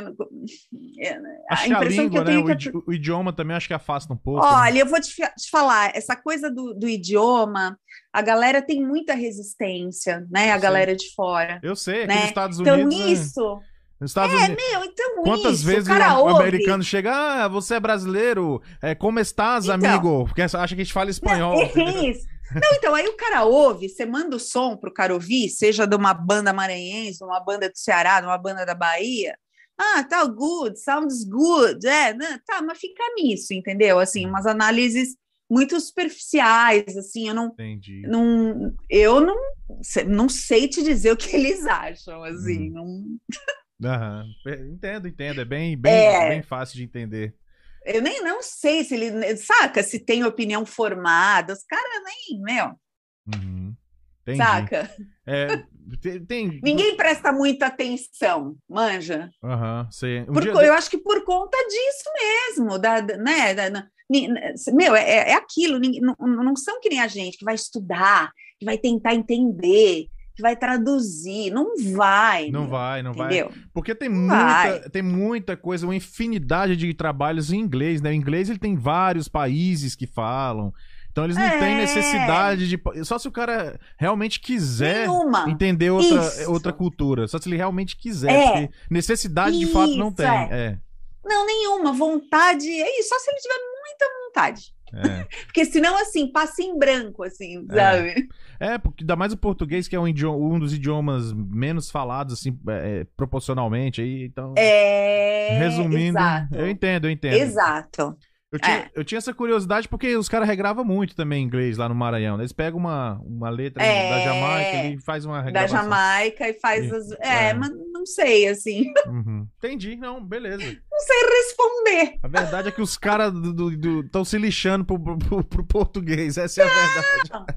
[SPEAKER 3] eu, a
[SPEAKER 1] Acho que a
[SPEAKER 3] impressão que
[SPEAKER 1] língua,
[SPEAKER 3] eu
[SPEAKER 1] né?
[SPEAKER 3] tenho
[SPEAKER 1] O,
[SPEAKER 3] que.
[SPEAKER 1] idi- o idioma também acho que afasta um pouco. Né?
[SPEAKER 3] Olha, eu vou te, fa- te falar, essa coisa do, do idioma, a galera tem muita resistência, né? A
[SPEAKER 1] Eu sei.
[SPEAKER 3] galera de fora,
[SPEAKER 1] Eu sei, aqui
[SPEAKER 3] né?
[SPEAKER 1] nos Estados
[SPEAKER 3] Então,
[SPEAKER 1] Unidos. né?
[SPEAKER 3] isso,
[SPEAKER 1] Nos Estados
[SPEAKER 3] é,
[SPEAKER 1] Unidos.
[SPEAKER 3] meu, então
[SPEAKER 1] Quantas
[SPEAKER 3] isso,
[SPEAKER 1] vezes
[SPEAKER 3] o cara
[SPEAKER 1] o
[SPEAKER 3] ouve.
[SPEAKER 1] americano chega, ah, você é brasileiro, é, como estás,
[SPEAKER 3] Então.
[SPEAKER 1] amigo? Porque acha que a gente fala espanhol.
[SPEAKER 3] É isso. Não, então, aí o cara ouve, você manda o som pro cara ouvir, seja de uma banda maranhense, de uma banda do Ceará, de uma banda da Bahia. Ah, tá good, sounds good, é, né, tá, mas fica nisso, entendeu? Assim, umas análises muito superficiais, assim, eu não,
[SPEAKER 1] Entendi.
[SPEAKER 3] não eu não, não sei te dizer o que eles acham, assim,
[SPEAKER 1] Hum.
[SPEAKER 3] não,
[SPEAKER 1] Aham. Entendo, entendo. É bem, bem,
[SPEAKER 3] É.
[SPEAKER 1] bem fácil de entender.
[SPEAKER 3] eu nem não sei se ele, saca, se tem opinião formada, os caras nem, meu,
[SPEAKER 1] Uhum. Entendi.
[SPEAKER 3] saca?
[SPEAKER 1] É, tem, tem-
[SPEAKER 3] Ninguém presta muita atenção, manja.
[SPEAKER 1] Aham, sei. Um
[SPEAKER 3] Por
[SPEAKER 1] dia
[SPEAKER 3] co- eu acho que por conta disso mesmo, da, da- né? da- na- ni- meu, é, é aquilo, ninguém- não, não são que nem a gente que vai estudar, que vai tentar entender, que vai traduzir. Não vai.
[SPEAKER 1] Não
[SPEAKER 3] meu,
[SPEAKER 1] vai, não vai.
[SPEAKER 3] entendeu?
[SPEAKER 1] Porque tem
[SPEAKER 3] Não
[SPEAKER 1] muita,
[SPEAKER 3] vai.
[SPEAKER 1] tem muita coisa, uma infinidade de trabalhos em inglês, né? O inglês ele tem vários países que falam. Então eles não
[SPEAKER 3] É.
[SPEAKER 1] têm necessidade de. Só se o cara realmente quiser
[SPEAKER 3] Nenhuma.
[SPEAKER 1] entender outra,
[SPEAKER 3] Isso.
[SPEAKER 1] outra cultura. Só se ele realmente quiser.
[SPEAKER 3] É.
[SPEAKER 1] Porque necessidade de fato não
[SPEAKER 3] Isso,
[SPEAKER 1] tem.
[SPEAKER 3] é.
[SPEAKER 1] É.
[SPEAKER 3] Não, nenhuma. Vontade. É isso, só se ele tiver muita vontade.
[SPEAKER 1] É.
[SPEAKER 3] Porque senão, assim, passa em branco, assim,
[SPEAKER 1] É.
[SPEAKER 3] sabe?
[SPEAKER 1] É, porque ainda mais o português, que é um, idioma, um dos idiomas menos falados, assim, é, proporcionalmente. Aí, então,
[SPEAKER 3] É.
[SPEAKER 1] resumindo,
[SPEAKER 3] Exato.
[SPEAKER 1] eu entendo, eu entendo.
[SPEAKER 3] Exato.
[SPEAKER 1] Eu tinha,
[SPEAKER 3] É.
[SPEAKER 1] eu tinha essa curiosidade porque os caras regravam muito também inglês lá no Maranhão. Né? Eles pegam uma, uma letra
[SPEAKER 3] É.
[SPEAKER 1] da Jamaica e faz uma
[SPEAKER 3] Da
[SPEAKER 1] regravação.
[SPEAKER 3] Jamaica e faz
[SPEAKER 1] E-
[SPEAKER 3] as. É,
[SPEAKER 1] é.
[SPEAKER 3] mas não sei, assim.
[SPEAKER 1] Uhum. Entendi, não, beleza.
[SPEAKER 3] Não sei responder.
[SPEAKER 1] A verdade é que os caras estão se lixando pro, pro, pro português. Essa é a verdade.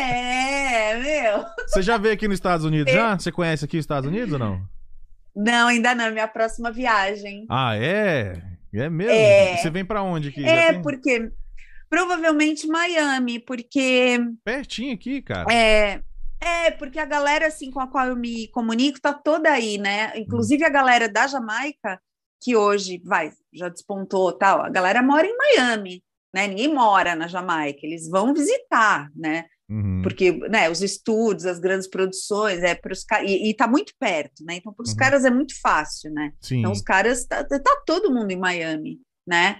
[SPEAKER 3] É, meu.
[SPEAKER 1] Você já veio aqui nos Estados Unidos já? Você conhece aqui os Estados Unidos ou não?
[SPEAKER 3] Não, ainda não. Minha próxima viagem.
[SPEAKER 1] Ah, é? É mesmo?
[SPEAKER 3] É.
[SPEAKER 1] Você vem pra onde aqui? Já
[SPEAKER 3] É,
[SPEAKER 1] tem
[SPEAKER 3] porque. Provavelmente Miami, porque.
[SPEAKER 1] pertinho aqui, cara.
[SPEAKER 3] É, é, porque a galera assim com a qual eu me comunico tá toda aí, né? Inclusive a galera da Jamaica, que hoje vai, já despontou tal, a galera mora em Miami, né? Ninguém mora na Jamaica, eles vão visitar, né?
[SPEAKER 1] Uhum.
[SPEAKER 3] Porque, né, os estúdios, as grandes produções, é para os caras, e, e tá muito perto, né? Então, para os
[SPEAKER 1] Uhum.
[SPEAKER 3] caras é muito fácil, né?
[SPEAKER 1] Sim.
[SPEAKER 3] Então, os caras, tá, tá todo mundo em Miami, né?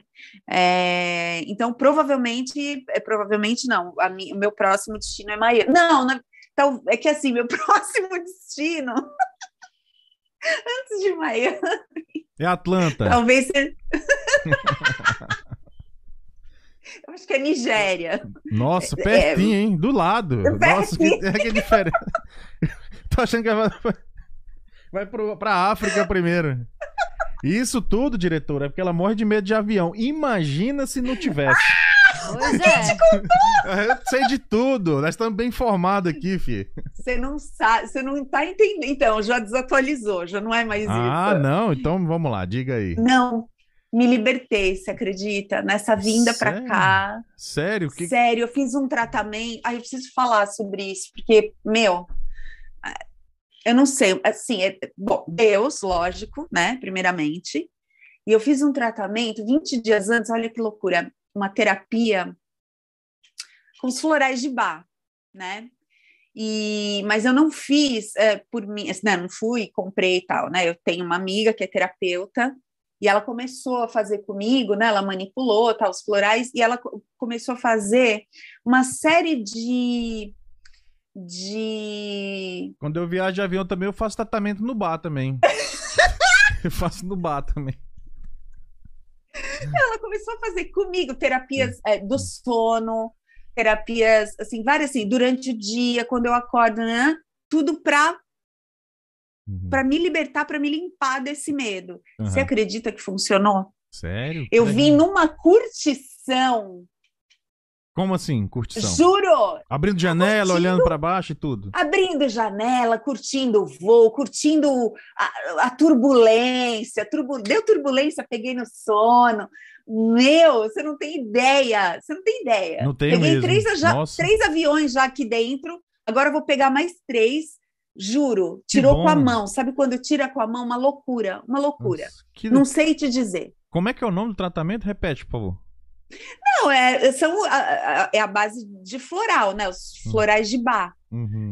[SPEAKER 3] É, então, provavelmente, é, provavelmente não, a mi- o meu próximo destino é Miami. Não, na- então, é que assim, meu próximo destino, antes de Miami,
[SPEAKER 1] É Atlanta.
[SPEAKER 3] talvez seja... Eu acho que é Nigéria.
[SPEAKER 1] Nossa,
[SPEAKER 3] É-
[SPEAKER 1] pertinho, hein? Do lado.
[SPEAKER 3] Pertinho.
[SPEAKER 1] Nossa, que, é que diferente. Tô achando que vai, vai pro, pra África primeiro. Isso tudo, diretora, é porque ela morre de medo de avião. Imagina se não tivesse.
[SPEAKER 2] Pois é.
[SPEAKER 1] Eu sei de tudo. Nós estamos bem informados aqui, fi.
[SPEAKER 3] Você não sabe, você não tá entendendo. Então, já desatualizou, já não é mais
[SPEAKER 1] Ah,
[SPEAKER 3] isso.
[SPEAKER 1] não, então vamos lá, diga aí.
[SPEAKER 3] Não, me libertei, você acredita? Nessa vinda para
[SPEAKER 1] Sério?
[SPEAKER 3] cá.
[SPEAKER 1] Sério? Que...
[SPEAKER 3] Sério, eu fiz um tratamento. Ai, eu preciso falar sobre isso, porque, meu, eu não sei, assim, é, bom, Deus, lógico, né, primeiramente, e eu fiz um tratamento vinte dias antes, olha que loucura, uma terapia com os florais de Bach, né, e, mas eu não fiz é, por mim, assim, né, não fui, comprei e tal, né, eu tenho uma amiga que é terapeuta, e ela começou a fazer comigo, né, ela manipulou, tal, os florais, e ela começou a fazer uma série de... de...
[SPEAKER 1] Quando eu viajo de avião também, eu faço tratamento no bar também. Eu faço no bar também.
[SPEAKER 3] Ela começou a fazer comigo terapias é, do sono, terapias, assim, várias, assim, durante o dia, quando eu acordo, né? Tudo para
[SPEAKER 1] Uhum.
[SPEAKER 3] para me libertar, para me limpar desse medo.
[SPEAKER 1] Uhum.
[SPEAKER 3] Você acredita que funcionou?
[SPEAKER 1] Sério?
[SPEAKER 3] Eu vim numa curtição.
[SPEAKER 1] Como assim, curtição?
[SPEAKER 3] Juro!
[SPEAKER 1] Abrindo janela,
[SPEAKER 3] curtindo,
[SPEAKER 1] olhando para baixo e tudo.
[SPEAKER 3] Abrindo janela, curtindo o voo, curtindo a, a turbulência. Turbu, deu turbulência, peguei no sono. Meu, você não tem ideia. Você não tem ideia.
[SPEAKER 1] Não tenho
[SPEAKER 3] Peguei
[SPEAKER 1] mesmo.
[SPEAKER 3] Três, já,
[SPEAKER 1] Nossa.
[SPEAKER 3] três aviões já aqui dentro. Agora eu vou pegar mais três. Juro. Tirou com a mão. Sabe quando tira com a mão? Uma loucura. Uma loucura.
[SPEAKER 1] Nossa, que...
[SPEAKER 3] Não sei te dizer.
[SPEAKER 1] Como é que é o nome do tratamento? Repete, por favor.
[SPEAKER 3] Não, é, são, a, a, é a base de floral, né? Os florais de Bach.
[SPEAKER 1] Uhum.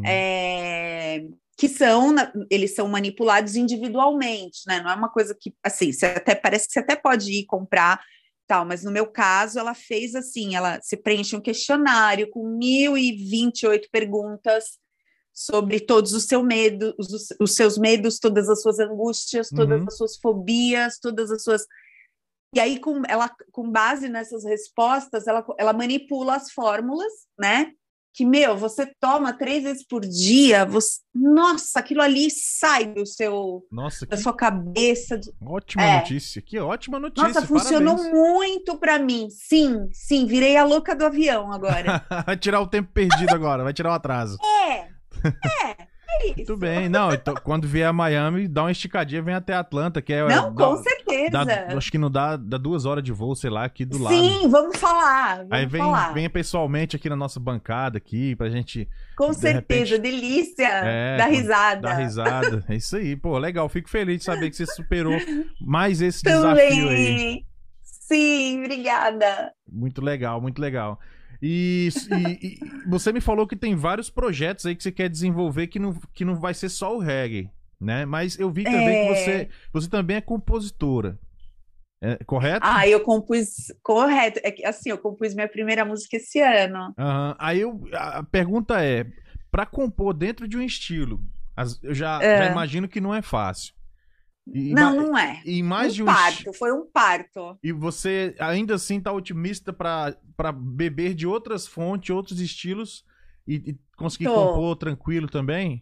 [SPEAKER 3] É, que são, eles são manipulados individualmente, né? Não é uma coisa que, assim, você até, parece que você até pode ir comprar, tal, mas no meu caso, ela fez assim, ela se preenche um questionário com mil e vinte e oito perguntas sobre todos os seus medos, os, os seus medos, todas as suas angústias, todas
[SPEAKER 1] Uhum.
[SPEAKER 3] as suas fobias, todas as suas... E aí, com, ela, com base nessas respostas, ela, ela manipula as fórmulas, né? Que, meu, você toma três vezes por dia, você, nossa, aquilo ali sai do seu,
[SPEAKER 1] Nossa,
[SPEAKER 3] da
[SPEAKER 1] que
[SPEAKER 3] sua cabeça.
[SPEAKER 1] ótima
[SPEAKER 3] É.
[SPEAKER 1] notícia, que ótima notícia.
[SPEAKER 3] Nossa, funcionou
[SPEAKER 1] parabéns.
[SPEAKER 3] muito para mim. Sim, sim, virei a louca do avião agora.
[SPEAKER 1] Vai tirar o tempo perdido agora, vai tirar o atraso.
[SPEAKER 3] É, é, é isso.
[SPEAKER 1] Muito bem. Não, então, quando vier a Miami, dá uma esticadinha, vem até Atlanta, que é...
[SPEAKER 3] Não,
[SPEAKER 1] dá,
[SPEAKER 3] com certeza.
[SPEAKER 1] dá, acho que não dá, dá duas horas de voo, sei lá, aqui do lado.
[SPEAKER 3] Sim, vamos falar, vamos
[SPEAKER 1] Aí vem,
[SPEAKER 3] falar.
[SPEAKER 1] venha pessoalmente aqui na nossa bancada aqui, pra gente...
[SPEAKER 3] Com
[SPEAKER 1] de
[SPEAKER 3] certeza,
[SPEAKER 1] repente,
[SPEAKER 3] delícia,
[SPEAKER 1] é,
[SPEAKER 3] da
[SPEAKER 1] quando-
[SPEAKER 3] risada.
[SPEAKER 1] Dá risada. É isso aí, pô, legal. Fico feliz de saber que você superou mais esse desafio aí.
[SPEAKER 3] Também. Sim, obrigada.
[SPEAKER 1] Muito legal, muito legal. E, e- e você me falou que tem vários projetos aí que você quer desenvolver que não, que não vai ser só o reggae, né? Mas eu vi também
[SPEAKER 3] É.
[SPEAKER 1] que você, você também é compositora. É, correto?
[SPEAKER 3] Ah, eu compus, correto, é que, assim, eu compus minha primeira música esse ano.
[SPEAKER 1] Aham. Aí eu, a a pergunta é, pra compor dentro de um estilo, as- eu já,
[SPEAKER 3] É.
[SPEAKER 1] já imagino que não é fácil. E,
[SPEAKER 3] Não,
[SPEAKER 1] ma-
[SPEAKER 3] não é.
[SPEAKER 1] e mais
[SPEAKER 3] Um
[SPEAKER 1] de um esti-
[SPEAKER 3] parto, foi um parto.
[SPEAKER 1] E você ainda assim tá otimista pra para beber de outras fontes, outros estilos e, e conseguir
[SPEAKER 3] Tô.
[SPEAKER 1] compor tranquilo também?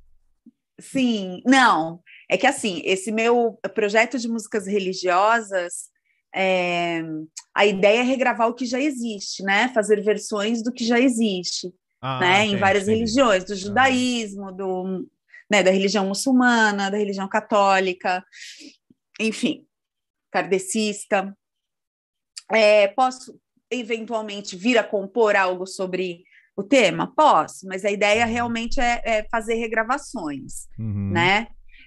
[SPEAKER 3] Sim, não. É que assim, esse meu projeto de músicas religiosas, é, a ideia é regravar o que já existe, né? Fazer versões do que já existe,
[SPEAKER 1] Ah,
[SPEAKER 3] né? Em
[SPEAKER 1] entendi,
[SPEAKER 3] várias
[SPEAKER 1] entendi.
[SPEAKER 3] religiões, do judaísmo, do, né, da religião muçulmana, da religião católica, enfim, kardecista. É, posso eventualmente vir a compor algo sobre o tema? Posso, mas a ideia realmente é, é fazer regravações,
[SPEAKER 1] Uhum.
[SPEAKER 3] né?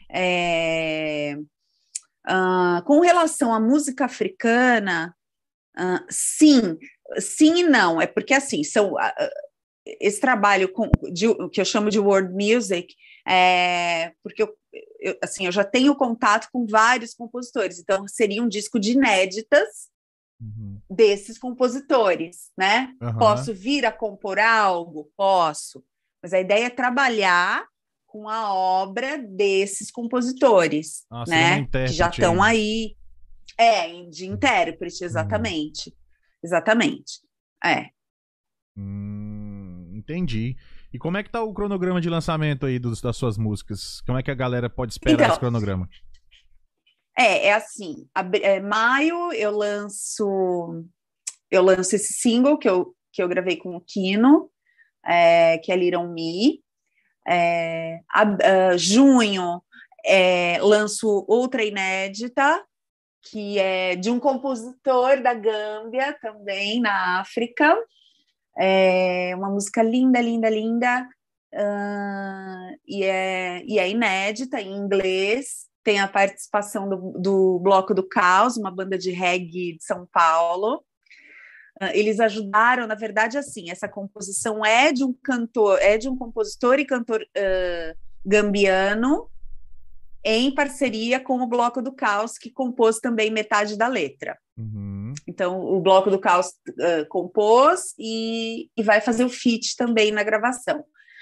[SPEAKER 3] É, ah, com relação à música africana, ah, sim, sim e não. É porque assim são ah, ah, esse trabalho com, de, que eu chamo de world music, é, porque eu, eu, assim, eu já tenho contato com vários compositores, então seria um disco de inéditas
[SPEAKER 1] Uhum.
[SPEAKER 3] desses compositores, né?
[SPEAKER 1] Aham.
[SPEAKER 3] Posso vir a compor algo? Posso. Mas a ideia é trabalhar com a obra desses compositores,
[SPEAKER 1] Ah, seria uma
[SPEAKER 3] né?
[SPEAKER 1] intérprete
[SPEAKER 3] Que já estão
[SPEAKER 1] aí.
[SPEAKER 3] aí. É, de intérprete, exatamente. Exatamente. É.
[SPEAKER 1] Hum, entendi. E como é que tá o cronograma de lançamento aí dos, das suas músicas? Como é que a galera pode esperar
[SPEAKER 3] Então,
[SPEAKER 1] esse cronograma?
[SPEAKER 3] É, é assim, ab- é, maio eu lanço eu lanço esse single que eu, que eu gravei com o Kino, é, que é Little Me. É, a, a, junho é, lanço outra inédita, que é de um compositor da Gâmbia, também na África. É uma música linda, linda, linda, uh, e, é, e é inédita em inglês. Tem a participação do, do Bloco do Caos, uma banda de reggae de São Paulo. Uh, eles ajudaram, na verdade, assim, essa composição é de um cantor, é de um compositor e cantor uh, gambiano, em parceria com o Bloco do Caos, que compôs também metade da letra.
[SPEAKER 1] Uhum.
[SPEAKER 3] Então, o Bloco do Caos uh, compôs e, e vai fazer o feat também na gravação.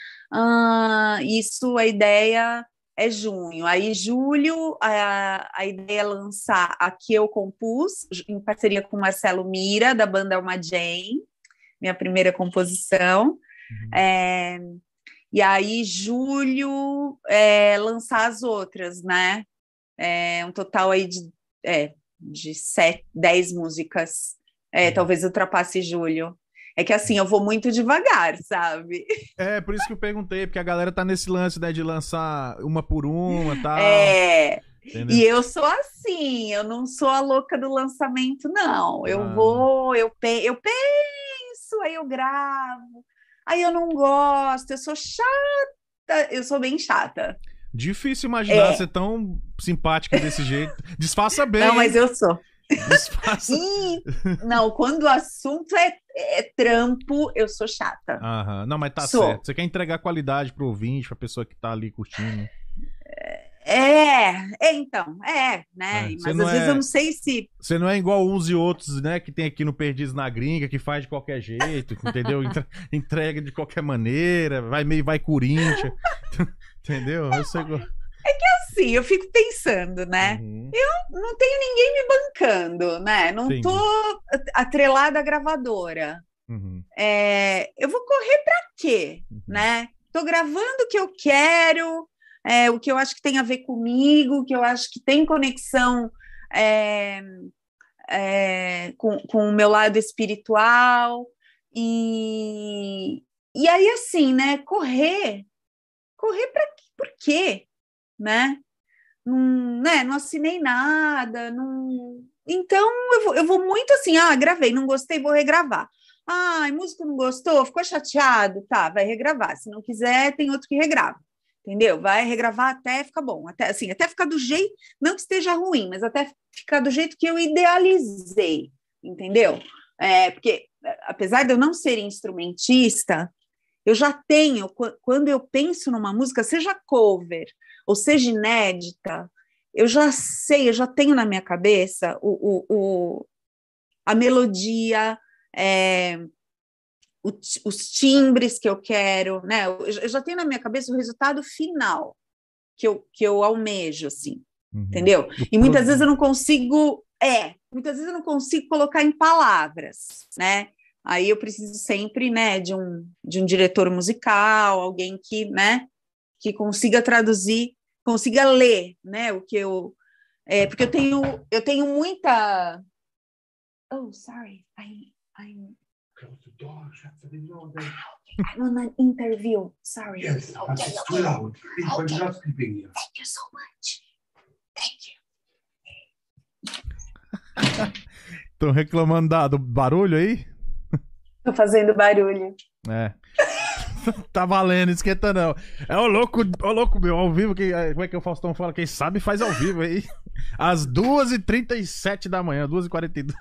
[SPEAKER 3] Uh, isso, a ideia é junho. Aí, julho, a, a ideia é lançar a que eu compus, em parceria com o Marcelo Mira, da banda Alma Jane, minha primeira composição.
[SPEAKER 1] Uhum.
[SPEAKER 3] É... E aí, julho, é, lançar as outras, né? É, um total aí de, é, de sete, dez músicas. É, talvez ultrapasse julho. É que assim, eu vou muito devagar, sabe?
[SPEAKER 1] É, por isso que eu perguntei, porque a galera tá nesse lance, né, de lançar uma por uma e tal.
[SPEAKER 3] É,
[SPEAKER 1] entendeu?
[SPEAKER 3] E eu sou assim, eu não sou a louca do lançamento, não. Eu
[SPEAKER 1] Ah.
[SPEAKER 3] vou, eu, pe eu penso, aí eu gravo. Aí eu não gosto, eu sou chata, eu sou bem chata.
[SPEAKER 1] Difícil imaginar
[SPEAKER 3] É.
[SPEAKER 1] ser tão simpática desse jeito. Disfarça bem.
[SPEAKER 3] Não, mas eu sou.
[SPEAKER 1] Disfarça.
[SPEAKER 3] E, não, quando o assunto é, é trampo, eu sou chata.
[SPEAKER 1] Aham. Não, mas tá
[SPEAKER 3] Sou.
[SPEAKER 1] certo. Você quer entregar qualidade pro ouvinte, pra pessoa que tá ali curtindo.
[SPEAKER 3] É, é então, é, né?
[SPEAKER 1] É, você
[SPEAKER 3] Mas
[SPEAKER 1] não
[SPEAKER 3] às vezes
[SPEAKER 1] é-
[SPEAKER 3] eu não sei se.
[SPEAKER 1] Você não é igual uns e outros, né, que tem aqui no Perdidos na Gringa, que faz de qualquer jeito, entendeu? Entre- Entrega de qualquer maneira, vai meio vai Corinthians. Entendeu? Eu sei igual.
[SPEAKER 3] Assim, eu fico pensando, né?
[SPEAKER 1] Uhum.
[SPEAKER 3] Não tenho ninguém me bancando, né? Não
[SPEAKER 1] Entendi.
[SPEAKER 3] tô atrelada à gravadora.
[SPEAKER 1] Uhum.
[SPEAKER 3] É, eu vou correr para quê,
[SPEAKER 1] Uhum.
[SPEAKER 3] né? Tô gravando o que eu quero, é, o que eu acho que tem a ver comigo, o que eu acho que tem conexão é, é, com, com o meu lado espiritual. E, e aí, assim, né? Correr, correr para por quê, né? Não, né? Não assinei nada, não... Então eu vou, eu vou muito assim, ah, gravei, não gostei, vou regravar. Ah, músico não gostou, ficou chateado, tá, vai regravar. Se não quiser, tem outro que regrava, entendeu? Vai regravar até ficar bom, até assim, até ficar do jeito, não que esteja ruim, mas até ficar do jeito que eu idealizei, entendeu? É, porque apesar de eu não ser instrumentista, eu já tenho, quando eu penso numa música, seja cover ou seja inédita, eu já sei, eu já tenho na minha cabeça o, o, o, a melodia, é, o, os timbres que eu quero, né? Eu já tenho na minha cabeça o resultado final que eu, que eu almejo, assim,
[SPEAKER 1] Uhum.
[SPEAKER 3] entendeu? E muitas vezes eu não consigo, é, muitas vezes eu não consigo colocar em palavras, né? Aí eu preciso sempre, né, de um, de um diretor musical, alguém que, né, que consiga traduzir, consiga ler, né, o que eu... É, porque eu tenho, eu tenho muita... Oh, sorry, I, I'm...
[SPEAKER 4] Close the door, shut the window.
[SPEAKER 3] I'm on an interview, sorry.
[SPEAKER 4] Yes,
[SPEAKER 3] Oh,
[SPEAKER 4] but
[SPEAKER 3] yeah,
[SPEAKER 4] it's
[SPEAKER 3] okay.
[SPEAKER 4] too loud. Everybody's
[SPEAKER 3] Okay.
[SPEAKER 4] not sleeping here.
[SPEAKER 3] Thank you so much. Thank you.
[SPEAKER 1] Estão reclamando da- do barulho aí?
[SPEAKER 3] Tô fazendo barulho.
[SPEAKER 1] É. Tá valendo, esquenta não. É o louco, o louco meu, ao vivo, que, como é que o Faustão fala? Quem sabe faz ao vivo aí. Às duas e trinta e sete da manhã, duas e quarenta e dois.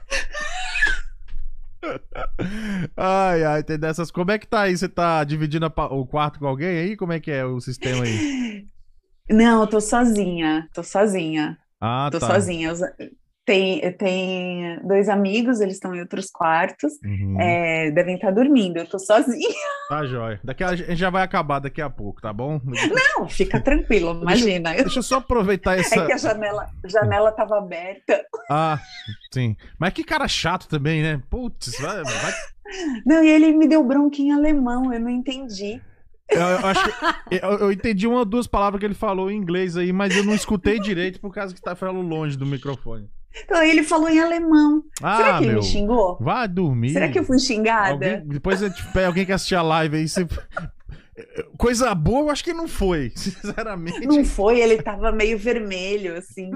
[SPEAKER 1] Ai, ai, tem dessas. Como é que tá aí? Você tá dividindo a pa- o quarto com alguém aí? Como é que é o sistema aí?
[SPEAKER 3] Não, eu tô sozinha, tô sozinha.
[SPEAKER 1] Ah,
[SPEAKER 3] Tô
[SPEAKER 1] tá.
[SPEAKER 3] sozinha. Os- Tem, tem dois amigos, eles estão em outros quartos,
[SPEAKER 1] Uhum.
[SPEAKER 3] é, devem estar dormindo, eu tô sozinha.
[SPEAKER 1] Tá jóia. Daqui a, a gente já vai acabar daqui a pouco, tá bom?
[SPEAKER 3] Não, fica tranquilo, imagina. Eu-
[SPEAKER 1] Deixa eu só aproveitar essa.
[SPEAKER 3] É que a janela, janela tava aberta.
[SPEAKER 1] Ah, sim. Mas que cara chato também, né? Putz, vai. vai...
[SPEAKER 3] Não, e ele me deu bronca em alemão, eu não entendi.
[SPEAKER 1] Eu, eu acho que. Eu, eu entendi uma ou duas palavras que ele falou em inglês aí, mas eu não escutei direito por causa que tá falando longe do microfone.
[SPEAKER 3] Então, ele falou em alemão.
[SPEAKER 1] Ah,
[SPEAKER 3] Será que ele
[SPEAKER 1] meu.
[SPEAKER 3] me xingou?
[SPEAKER 1] Vai dormir.
[SPEAKER 3] Será que eu fui xingada?
[SPEAKER 1] Alguém, depois se tiver alguém que assistir a live aí, você... Coisa boa, eu acho que não foi, sinceramente.
[SPEAKER 3] Não foi, ele tava meio vermelho, assim.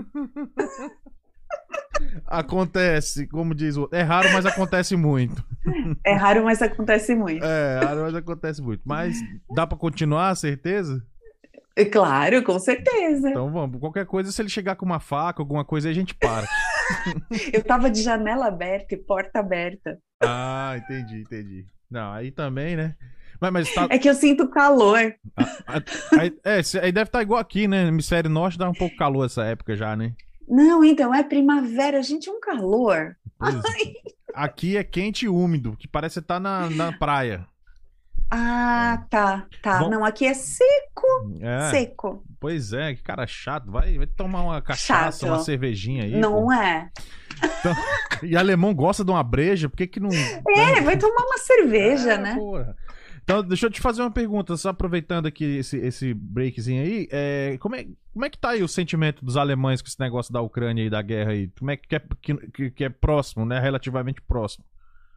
[SPEAKER 1] Acontece, como diz o outro. É raro, mas acontece muito.
[SPEAKER 3] É raro, mas acontece muito.
[SPEAKER 1] É, raro, mas acontece muito. Mas dá pra continuar, certeza?
[SPEAKER 3] É claro, com certeza.
[SPEAKER 1] Então vamos. Qualquer coisa, se ele chegar com uma faca, alguma coisa, aí a gente para.
[SPEAKER 3] Eu tava de janela aberta e porta aberta.
[SPEAKER 1] Ah, entendi, entendi. Não, aí também, né? Mas, mas tá.
[SPEAKER 3] É que eu sinto calor.
[SPEAKER 1] a- a- aí, é, se- aí deve estar igual aqui, né? Hemisfério Norte dá um pouco calor essa época já, né?
[SPEAKER 3] Não, então, é primavera, gente, é um calor.
[SPEAKER 1] Pois é. Aqui é quente e úmido, que parece que tá na, na praia.
[SPEAKER 3] Ah, tá, tá.
[SPEAKER 1] Bom-
[SPEAKER 3] Não, aqui é seco,
[SPEAKER 1] É,
[SPEAKER 3] seco.
[SPEAKER 1] pois é, que cara chato. Vai, vai tomar uma cachaça,
[SPEAKER 3] Chato.
[SPEAKER 1] uma cervejinha aí.
[SPEAKER 3] Não
[SPEAKER 1] pô.
[SPEAKER 3] é?
[SPEAKER 1] E alemão gosta de uma breja, por que que não...
[SPEAKER 3] É, vai tomar uma cerveja,
[SPEAKER 1] É,
[SPEAKER 3] né?
[SPEAKER 1] porra. Então, deixa eu te fazer uma pergunta, só aproveitando aqui esse, esse breakzinho aí, é, como, é, como é que tá aí o sentimento dos alemães com esse negócio da Ucrânia e da guerra aí? Como é que é, que, que é próximo, né? Relativamente próximo.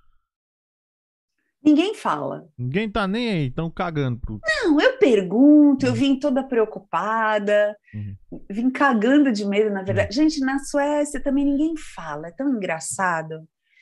[SPEAKER 3] Ninguém fala.
[SPEAKER 1] Ninguém tá nem aí, tão cagando pro...
[SPEAKER 3] Não, eu pergunto, eu vim toda preocupada,
[SPEAKER 1] Uhum.
[SPEAKER 3] vim cagando de medo, na verdade. Gente, na Suécia também ninguém fala, é tão engraçado.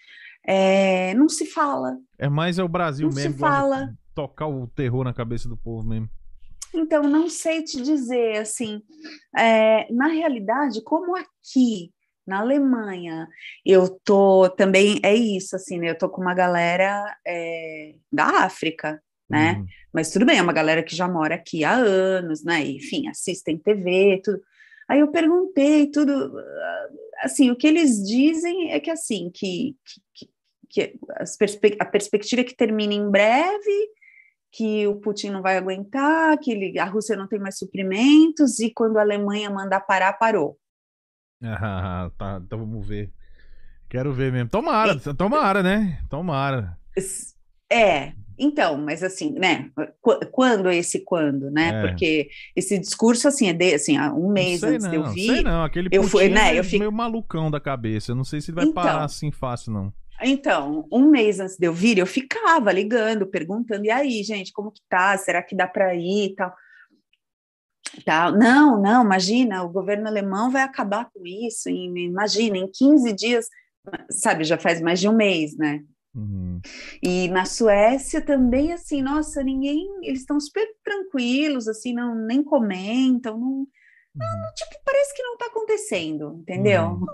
[SPEAKER 3] É, não se fala.
[SPEAKER 1] É mais é o Brasil
[SPEAKER 3] Não se
[SPEAKER 1] mesmo, que gosta de
[SPEAKER 3] fala.
[SPEAKER 1] tocar o terror na cabeça do povo mesmo.
[SPEAKER 3] Então, não sei te dizer, assim, é, na realidade, como aqui na Alemanha, eu tô também, é isso, assim, né? Eu tô com uma galera é, da África, né?
[SPEAKER 1] Uhum.
[SPEAKER 3] Mas tudo bem, é uma galera que já mora aqui há anos, né? Enfim, assistem T V, tudo. Aí eu perguntei tudo, ah, assim, o que eles dizem é que, assim, que, que, que as perspe- a perspectiva é que termine em breve, que o Putin não vai aguentar, que ele- a Rússia não tem mais suprimentos, e quando a Alemanha mandar parar, parou.
[SPEAKER 1] Ah, tá, então vamos ver. Quero ver mesmo. Tomara, tomara, né? Tomara.
[SPEAKER 3] S- É, então, mas assim, né? qu- Quando é esse quando, né?
[SPEAKER 1] É.
[SPEAKER 3] Porque esse discurso, assim, é de, assim, há um
[SPEAKER 1] Não
[SPEAKER 3] mês
[SPEAKER 1] sei
[SPEAKER 3] antes de eu
[SPEAKER 1] não,
[SPEAKER 3] vir.
[SPEAKER 1] sei não. Aquele
[SPEAKER 3] eu fui,
[SPEAKER 1] Putin
[SPEAKER 3] né,
[SPEAKER 1] é
[SPEAKER 3] eu fico-
[SPEAKER 1] meio malucão da cabeça. Eu não sei se ele vai
[SPEAKER 3] Então.
[SPEAKER 1] parar assim fácil, não.
[SPEAKER 3] Então, um mês antes de eu vir, eu ficava ligando, perguntando, e aí, gente, como que tá? Será que dá para ir e tal? Tal. Não, não, imagina, o governo alemão vai acabar com isso, em, imagina, em quinze dias, sabe, já faz mais de um mês, né?
[SPEAKER 1] Uhum.
[SPEAKER 3] E na Suécia também, assim, nossa, ninguém, eles estão super tranquilos, assim, não, nem comentam, não, não, tipo, parece que não tá acontecendo, entendeu?
[SPEAKER 1] Uhum.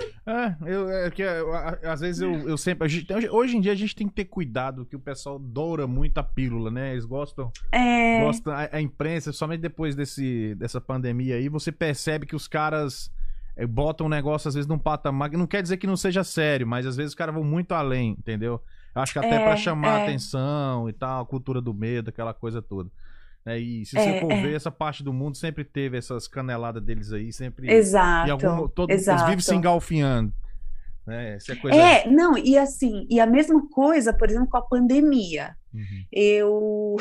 [SPEAKER 1] É, eu, é que eu, a- às vezes eu, eu sempre. a gente- hoje- hoje em dia a gente tem que ter cuidado, que o pessoal doura muito a pílula, né? Eles gostam.
[SPEAKER 3] É,
[SPEAKER 1] Gostam a, a imprensa, somente depois desse, dessa pandemia aí, você percebe que os caras é, botam o negócio, às vezes, num patamar. Que não quer dizer que não seja sério, mas às vezes os caras vão muito além, entendeu? Eu acho que até
[SPEAKER 3] É,
[SPEAKER 1] pra chamar
[SPEAKER 3] é.
[SPEAKER 1] atenção e tal, a cultura do medo, aquela coisa toda. É, e se
[SPEAKER 3] É,
[SPEAKER 1] você for
[SPEAKER 3] é.
[SPEAKER 1] ver, essa parte do mundo sempre teve essas caneladas deles aí, sempre.
[SPEAKER 3] exato,
[SPEAKER 1] E algum, todo, eles
[SPEAKER 3] exato.
[SPEAKER 1] vivem se engalfinhando. Né? Essa é coisa.
[SPEAKER 3] É, não, e assim, e a mesma coisa, por exemplo, com a pandemia.
[SPEAKER 1] Uhum.
[SPEAKER 3] Eu,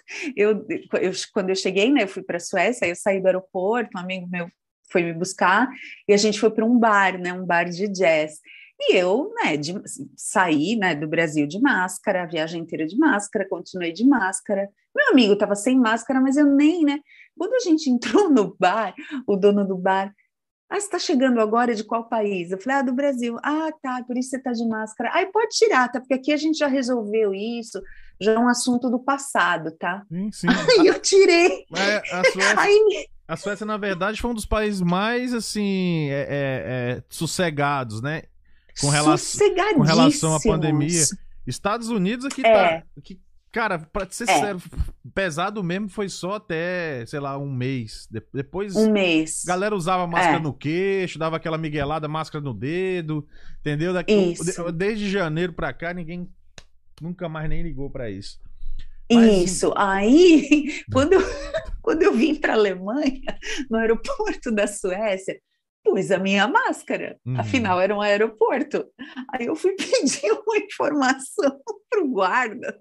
[SPEAKER 3] eu, eu quando eu cheguei, né, eu fui para a Suécia, aí eu saí do aeroporto, um amigo meu foi me buscar e a gente foi para um bar, né, um bar de jazz. E eu, né, de, saí, né, do Brasil de máscara, a viagem inteira de máscara, continuei de máscara. Meu amigo estava sem máscara, mas eu nem, né? Quando a gente entrou no bar, o dono do bar, ah, você está chegando agora de qual país? Eu falei, ah, do Brasil. Ah, tá, por isso você está de máscara. Aí pode tirar, tá? Porque aqui a gente já resolveu isso, já é um assunto do passado, tá?
[SPEAKER 1] Sim, sim.
[SPEAKER 3] Aí eu tirei.
[SPEAKER 1] É, a Suécia,
[SPEAKER 3] Aí,
[SPEAKER 1] a Suécia, na verdade, foi um dos países mais, assim, é, é, é, sossegados, né? Com relação, com relação à pandemia.
[SPEAKER 3] sossegadíssimos.
[SPEAKER 1] Estados Unidos aqui
[SPEAKER 3] É.
[SPEAKER 1] tá... Que, cara, pra ser
[SPEAKER 3] É.
[SPEAKER 1] sincero, pesado mesmo foi só até, sei lá, um mês. De- Depois...
[SPEAKER 3] Um mês.
[SPEAKER 1] A galera usava máscara
[SPEAKER 3] É.
[SPEAKER 1] no queixo, dava aquela miguelada, máscara no dedo, entendeu? Daqui,
[SPEAKER 3] Isso.
[SPEAKER 1] de- desde janeiro pra cá, ninguém nunca mais nem ligou pra isso. Mas-
[SPEAKER 3] Isso. Aí, quando eu, quando eu vim para a Alemanha, no aeroporto da Suécia, pus a minha máscara.
[SPEAKER 1] Uhum.
[SPEAKER 3] Afinal, era um aeroporto. Aí eu fui pedir uma informação para o guarda.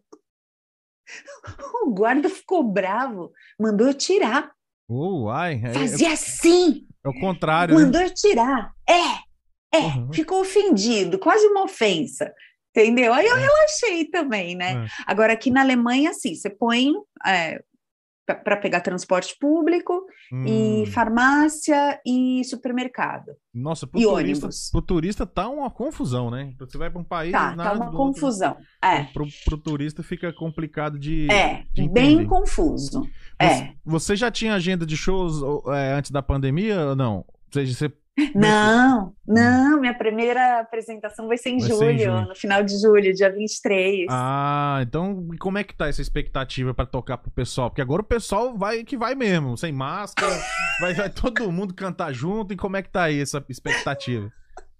[SPEAKER 3] O guarda ficou bravo, mandou eu tirar.
[SPEAKER 1] Oh, ai, é,
[SPEAKER 3] Fazia assim,
[SPEAKER 1] é o contrário, né?
[SPEAKER 3] mandou eu tirar. É, é,
[SPEAKER 1] Uhum.
[SPEAKER 3] ficou ofendido, quase uma ofensa. Entendeu? Aí eu relaxei também, né?
[SPEAKER 1] É.
[SPEAKER 3] Agora, aqui na Alemanha, assim, você põe é, para pegar transporte público
[SPEAKER 1] Hum.
[SPEAKER 3] e farmácia e supermercado.
[SPEAKER 1] Nossa, pro
[SPEAKER 3] E
[SPEAKER 1] turista,
[SPEAKER 3] ônibus.
[SPEAKER 1] pro turista tá uma confusão, né? Você vai para um país,
[SPEAKER 3] Tá,
[SPEAKER 1] nada
[SPEAKER 3] tá uma
[SPEAKER 1] do outro.
[SPEAKER 3] confusão. É,
[SPEAKER 1] Pro, pro turista fica complicado de,
[SPEAKER 3] é,
[SPEAKER 1] de
[SPEAKER 3] bem
[SPEAKER 1] entender.
[SPEAKER 3] confuso.
[SPEAKER 1] Você,
[SPEAKER 3] É.
[SPEAKER 1] você já tinha agenda de shows ou, é, antes da pandemia ou não? Ou seja, você...
[SPEAKER 3] Não, não, minha primeira apresentação vai ser em
[SPEAKER 1] Vai ser em
[SPEAKER 3] julho,
[SPEAKER 1] junho.
[SPEAKER 3] no final de julho, dia vinte e três.
[SPEAKER 1] Ah, então e como é que tá essa expectativa pra tocar pro pessoal? Porque agora o pessoal vai que vai mesmo, sem máscara, vai, vai todo mundo cantar junto. E como é que tá aí essa expectativa?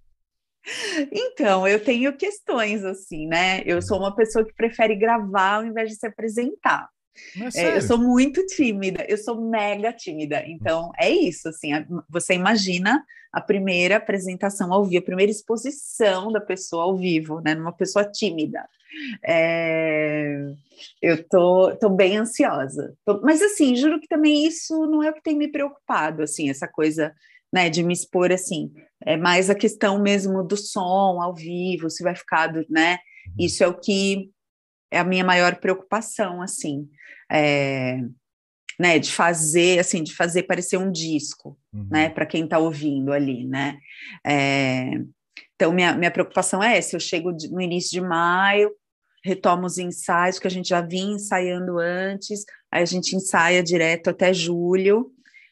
[SPEAKER 3] Então, eu tenho questões assim, né? Eu sou uma pessoa que prefere gravar ao invés de se apresentar.
[SPEAKER 1] Não é
[SPEAKER 3] É,
[SPEAKER 1] sério?
[SPEAKER 3] eu sou muito tímida, eu sou mega tímida. Então, é isso, assim, a- você imagina a primeira apresentação ao vivo, a primeira exposição da pessoa ao vivo, né? Numa pessoa tímida. É, eu tô, tô bem ansiosa. Tô- mas, assim, juro que também isso não é o que tem me preocupado, assim, essa coisa, né, de me expor, assim. É mais a questão mesmo do som ao vivo, se vai ficar, do- né? Isso é o que é a minha maior preocupação, assim, é, né, de fazer, assim, de fazer parecer um disco,
[SPEAKER 1] Uhum.
[SPEAKER 3] né, para quem está ouvindo ali, né. É, então, minha, minha preocupação é essa, eu chego de- no início de maio, retomo os ensaios, que a gente já vinha ensaiando antes, aí a gente ensaia direto até julho.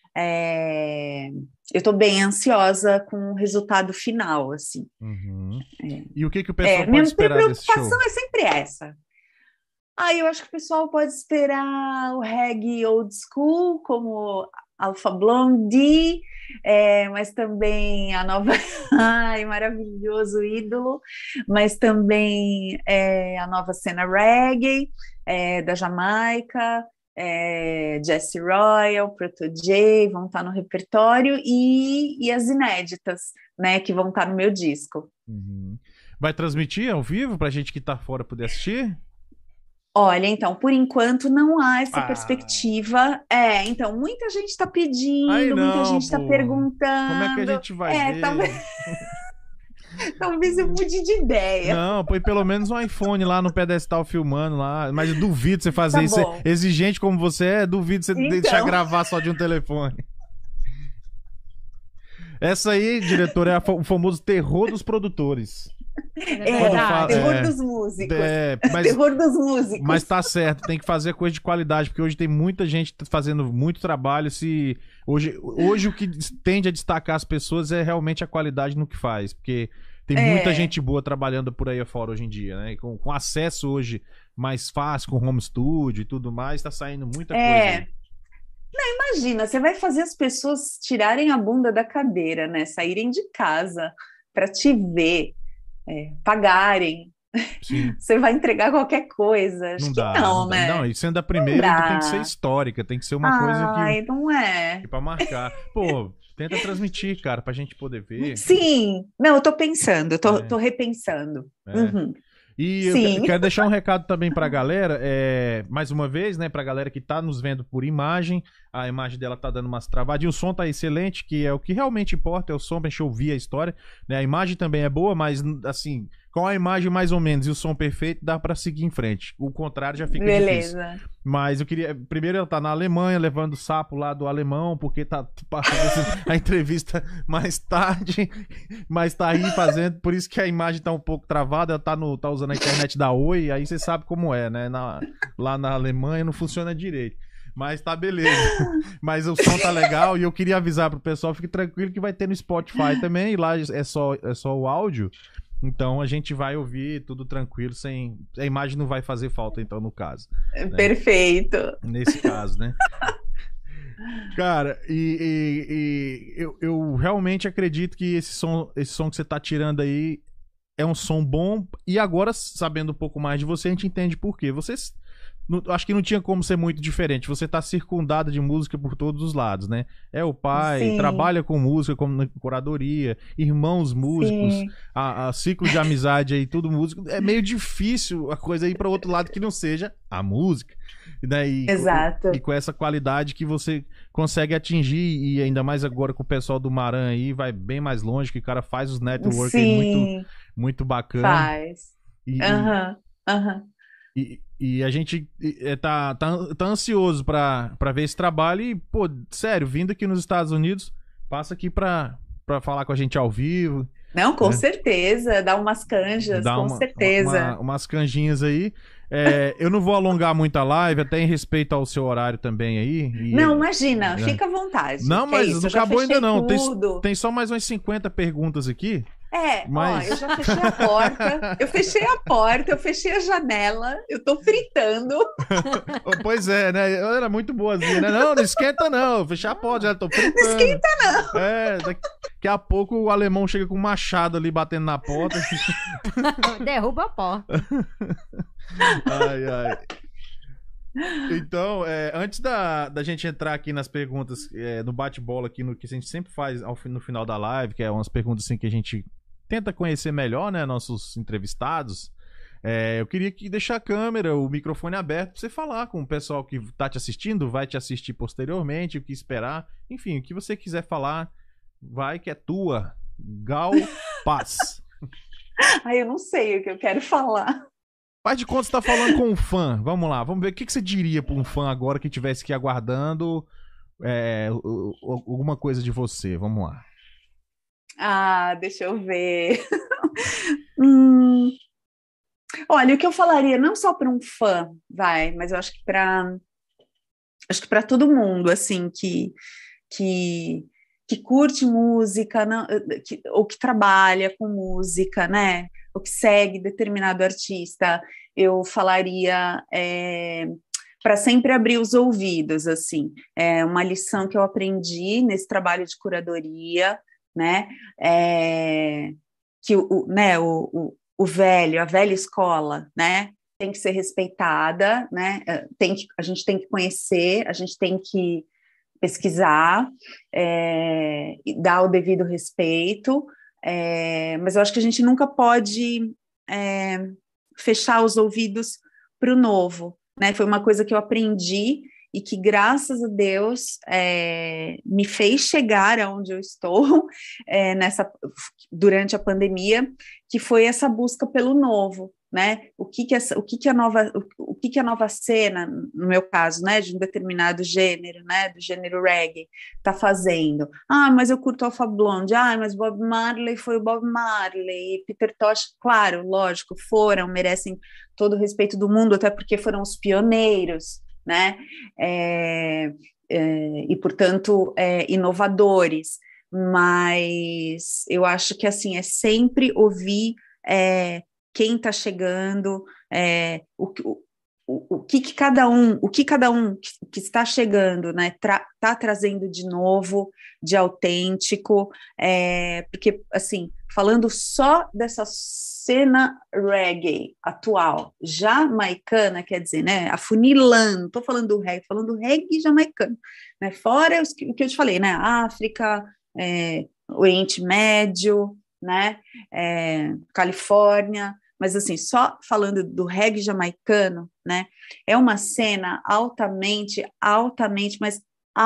[SPEAKER 3] É, eu estou bem ansiosa com o resultado final, assim.
[SPEAKER 1] Uhum.
[SPEAKER 3] É.
[SPEAKER 1] E o que, que o pessoal
[SPEAKER 3] É,
[SPEAKER 1] pode
[SPEAKER 3] minha
[SPEAKER 1] esperar desse show?
[SPEAKER 3] preocupação é sempre essa. Ah, eu acho que o pessoal pode esperar o reggae old school, como Alpha Blondy, é, mas também a nova... Ai, maravilhoso ídolo, mas também é, a nova cena reggae, é, da Jamaica, é, Jesse Royal, Proto J, vão estar no repertório, e, e as inéditas, né, que vão estar no meu disco.
[SPEAKER 1] Uhum. Vai transmitir ao vivo pra gente que tá fora poder assistir?
[SPEAKER 3] Olha, então, por enquanto não há essa
[SPEAKER 1] Ah.
[SPEAKER 3] perspectiva. É, então, muita gente está pedindo,
[SPEAKER 1] Ai,
[SPEAKER 3] muita
[SPEAKER 1] não,
[SPEAKER 3] gente está
[SPEAKER 1] pô.
[SPEAKER 3] perguntando.
[SPEAKER 1] Como é que a gente vai
[SPEAKER 3] É,
[SPEAKER 1] ver?
[SPEAKER 3] talvez, talvez eu mude de ideia.
[SPEAKER 1] Não, põe pelo menos um iPhone lá no pedestal filmando lá. Mas eu duvido você fazer
[SPEAKER 3] Tá
[SPEAKER 1] isso.
[SPEAKER 3] bom.
[SPEAKER 1] Exigente como você é, duvido você
[SPEAKER 3] Então.
[SPEAKER 1] deixar gravar só de um telefone. Essa aí, diretor, é a fa- o famoso terror dos produtores.
[SPEAKER 3] É,
[SPEAKER 1] Quando fala-
[SPEAKER 3] terror
[SPEAKER 1] é,
[SPEAKER 3] dos músicos.
[SPEAKER 1] É, mas,
[SPEAKER 3] Terror dos músicos.
[SPEAKER 1] mas tá certo, tem que fazer coisa de qualidade, porque hoje tem muita gente fazendo muito trabalho. Se hoje, hoje o que tende a destacar as pessoas é realmente a qualidade no que faz, porque tem
[SPEAKER 3] É.
[SPEAKER 1] muita gente boa trabalhando por aí afora hoje em dia, né? Com, com acesso hoje mais fácil, com home studio e tudo mais, tá saindo muita coisa
[SPEAKER 3] É.
[SPEAKER 1] aí.
[SPEAKER 3] Imagina, você vai fazer as pessoas tirarem a bunda da cadeira, né? Saírem de casa para te ver, é, pagarem.
[SPEAKER 1] Sim.
[SPEAKER 3] Você vai entregar qualquer coisa. Acho
[SPEAKER 1] Não
[SPEAKER 3] que
[SPEAKER 1] dá,
[SPEAKER 3] não,
[SPEAKER 1] não dá.
[SPEAKER 3] né?
[SPEAKER 1] Não, e sendo a primeira
[SPEAKER 3] Não
[SPEAKER 1] ainda
[SPEAKER 3] dá.
[SPEAKER 1] tem que ser histórica, tem que ser uma coisa que,
[SPEAKER 3] Ai, não é.
[SPEAKER 1] que pra marcar. Pô, tenta transmitir, cara, pra gente poder ver.
[SPEAKER 3] Sim, não, eu tô pensando, eu tô,
[SPEAKER 1] É.
[SPEAKER 3] tô repensando.
[SPEAKER 1] É.
[SPEAKER 3] Uhum.
[SPEAKER 1] E eu
[SPEAKER 3] Sim.
[SPEAKER 1] que- quero deixar um recado também pra galera, é, mais uma vez, né, pra galera que tá nos vendo por imagem, a imagem dela tá dando umas travadinhas, o som tá excelente, que é o que realmente importa, é o som pra gente ouvir a história, né, a imagem também é boa, mas, assim, com a imagem mais ou menos e o som perfeito, dá pra seguir em frente, o contrário já fica difícil.
[SPEAKER 3] Beleza.
[SPEAKER 1] Mas eu queria. Primeiro ela tá na Alemanha, levando o sapo lá do alemão, porque tá passando a entrevista mais tarde, mas tá aí fazendo, por isso que a imagem tá um pouco travada, ela tá, no, tá usando a internet da Oi, aí você sabe como é, né? Na- lá na Alemanha não funciona direito. Mas tá beleza. Mas o som tá legal e eu queria avisar pro pessoal, fique tranquilo que vai ter no Spotify também, e lá é só, é só o áudio. Então a gente vai ouvir tudo tranquilo, sem. A imagem não vai fazer falta, então, no caso.
[SPEAKER 3] Perfeito.
[SPEAKER 1] Nesse caso, né? Cara, e, e- e eu, eu realmente acredito que esse som, esse som que você tá tirando aí é um som bom. E agora, sabendo um pouco mais de você, a gente entende por quê. Vocês. Não- acho que não tinha como ser muito diferente. Você tá circundada de música por todos os lados, né? É o pai,
[SPEAKER 3] Sim.
[SPEAKER 1] trabalha com música, como na curadoria, irmãos músicos,
[SPEAKER 3] Sim.
[SPEAKER 1] a, a ciclo de amizade aí, tudo músico. É meio difícil a coisa ir para outro lado que não seja a música. E daí,
[SPEAKER 3] Exato.
[SPEAKER 1] E com essa qualidade que você consegue atingir, e ainda mais agora com o pessoal do Maran aí, vai bem mais longe, que o cara faz os network aí muito,
[SPEAKER 3] Sim,
[SPEAKER 1] muito bacana.
[SPEAKER 3] faz.
[SPEAKER 1] E,
[SPEAKER 3] Aham, aham.
[SPEAKER 1] e, E a gente é, tá, tá, tá ansioso pra, pra ver esse trabalho e, pô, sério, vindo aqui nos Estados Unidos, passa aqui pra, pra falar com a gente ao vivo.
[SPEAKER 3] Não, com
[SPEAKER 1] É.
[SPEAKER 3] certeza, dá umas canjas,
[SPEAKER 1] Dá
[SPEAKER 3] com
[SPEAKER 1] uma,
[SPEAKER 3] certeza.
[SPEAKER 1] uma- umas canjinhas aí. É, eu não vou alongar muito a live, até em respeito ao seu horário também aí. e-
[SPEAKER 3] Não, imagina,
[SPEAKER 1] É.
[SPEAKER 3] fica à vontade.
[SPEAKER 1] Não,
[SPEAKER 3] que é
[SPEAKER 1] mas
[SPEAKER 3] isso,
[SPEAKER 1] não
[SPEAKER 3] eu já
[SPEAKER 1] acabou ainda
[SPEAKER 3] fechei
[SPEAKER 1] não. Tem,
[SPEAKER 3] tudo.
[SPEAKER 1] tem só mais umas cinquenta perguntas aqui.
[SPEAKER 3] É,
[SPEAKER 1] Mas-
[SPEAKER 3] ó, eu já fechei a porta, eu fechei a porta, eu fechei a janela, eu tô fritando.
[SPEAKER 1] Oh, pois é, né? Eu era muito boazinha, né? Não, não esquenta não. Fechar a porta, já tô fritando. Não
[SPEAKER 3] esquenta
[SPEAKER 1] não. É, daqui a pouco o alemão chega com um machado ali batendo na porta.
[SPEAKER 2] Derruba a porta.
[SPEAKER 1] Ai, ai. Então, é, antes da, da gente entrar aqui nas perguntas, é, no bate-bola aqui, no que a gente sempre faz ao, fi- no final da live, que é umas perguntas assim que a gente tenta conhecer melhor, né, nossos entrevistados, é, eu queria que deixar a câmera, o microfone aberto pra você falar com o pessoal que tá te assistindo, vai te assistir posteriormente, o que esperar, enfim, o que você quiser falar, vai que é tua. Gal Paz.
[SPEAKER 3] Ai, eu não sei o que eu quero falar.
[SPEAKER 1] Faz de conta que você tá falando com um fã. Vamos lá, vamos ver o que, que você diria pra um fã agora que estivesse aqui aguardando é, o- o- alguma coisa de você. Vamos lá.
[SPEAKER 3] Ah, deixa eu ver. Hum, olha, o que eu falaria, não só para um fã, vai, mas eu acho que para acho que para todo mundo, assim, que, que, que curte música, não, que- ou que trabalha com música, né? Ou que segue determinado artista, eu falaria para sempre abrir os ouvidos, assim. É uma lição que eu aprendi nesse trabalho de curadoria, né? É, que o, o, né, o, o, o velho, a velha escola, né? Tem que ser respeitada, né? Tem que, a gente tem que conhecer, a gente tem que pesquisar, é, e dar o devido respeito, é, mas eu acho que a gente nunca pode é, fechar os ouvidos para o novo, né? Foi uma coisa que eu aprendi e que, graças a Deus, é, me fez chegar aonde eu estou é, nessa, durante a pandemia, que foi essa busca pelo novo, né? O que que essa, o que que a nova, o, o que que a nova cena, no meu caso, né, de um determinado gênero, né, do gênero reggae, tá fazendo? Ah, mas eu curto Alpha Blonde. Ah, mas Bob Marley foi o Bob Marley. Peter Tosh, claro, lógico, foram, merecem todo o respeito do mundo, até porque foram os pioneiros, né? É, é, e portanto, é, inovadores. Mas eu acho que assim é sempre ouvir é, quem está chegando, é, o, o, o, que, que cada um, o que cada um que, que está chegando, né, tra, tá trazendo de novo, de autêntico, é, porque assim, falando só dessa cena reggae atual, jamaicana, quer dizer, né, afunilando, não tô falando do reggae, tô falando do reggae jamaicano, né, fora os, o que eu te falei, né, África, é, Oriente Médio, né, é, Califórnia, mas assim, só falando do reggae jamaicano, né, é uma cena altamente, altamente, mas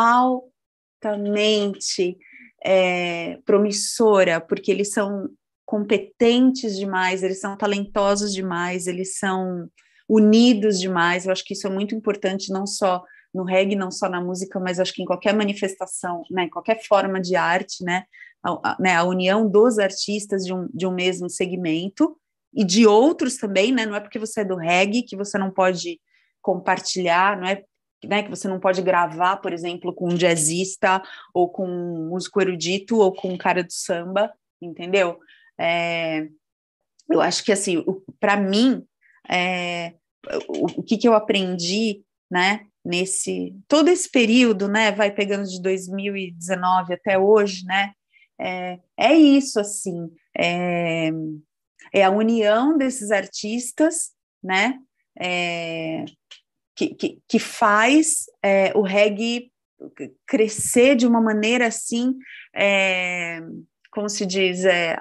[SPEAKER 3] altamente é, promissora, porque eles são competentes demais, eles são talentosos demais, eles são unidos demais, eu acho que isso é muito importante, não só no reggae, não só na música, mas acho que em qualquer manifestação, né, em qualquer forma de arte, né, a, a, né, a união dos artistas de um, de um mesmo segmento, e de outros também, né, não é porque você é do reggae que você não pode compartilhar, não é, né, que você não pode gravar, por exemplo, com um jazzista, ou com um músico erudito, ou com um cara do samba, entendeu? É, eu acho que, assim, para mim, é, o, o que, que eu aprendi, né, nesse, todo esse período, né, vai pegando de dois mil e dezenove até hoje, né, é, é isso, assim, é, é a união desses artistas, né, é, que, que, que faz é, o reggae crescer de uma maneira, assim, é, como se diz, é,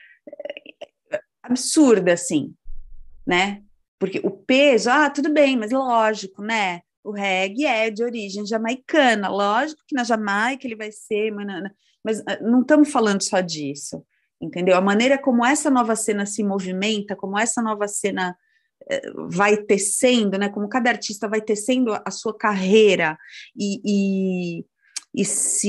[SPEAKER 3] absurda, assim, né, porque o peso, ah, tudo bem, mas lógico, né, o reggae é de origem jamaicana, lógico que na Jamaica ele vai ser, mas não estamos falando só disso, entendeu? A maneira como essa nova cena se movimenta, como essa nova cena vai tecendo, né? Como cada artista vai tecendo a sua carreira e, e, e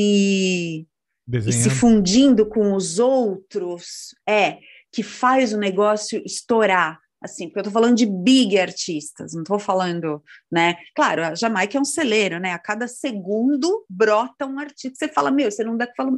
[SPEAKER 3] se, e se fundindo com os outros, é, que faz o negócio estourar. Assim, porque eu tô falando de big artistas, não tô falando, né? Claro, a Jamaica é um celeiro, né? A cada segundo brota um artista. Você fala, meu, você não dá que falar.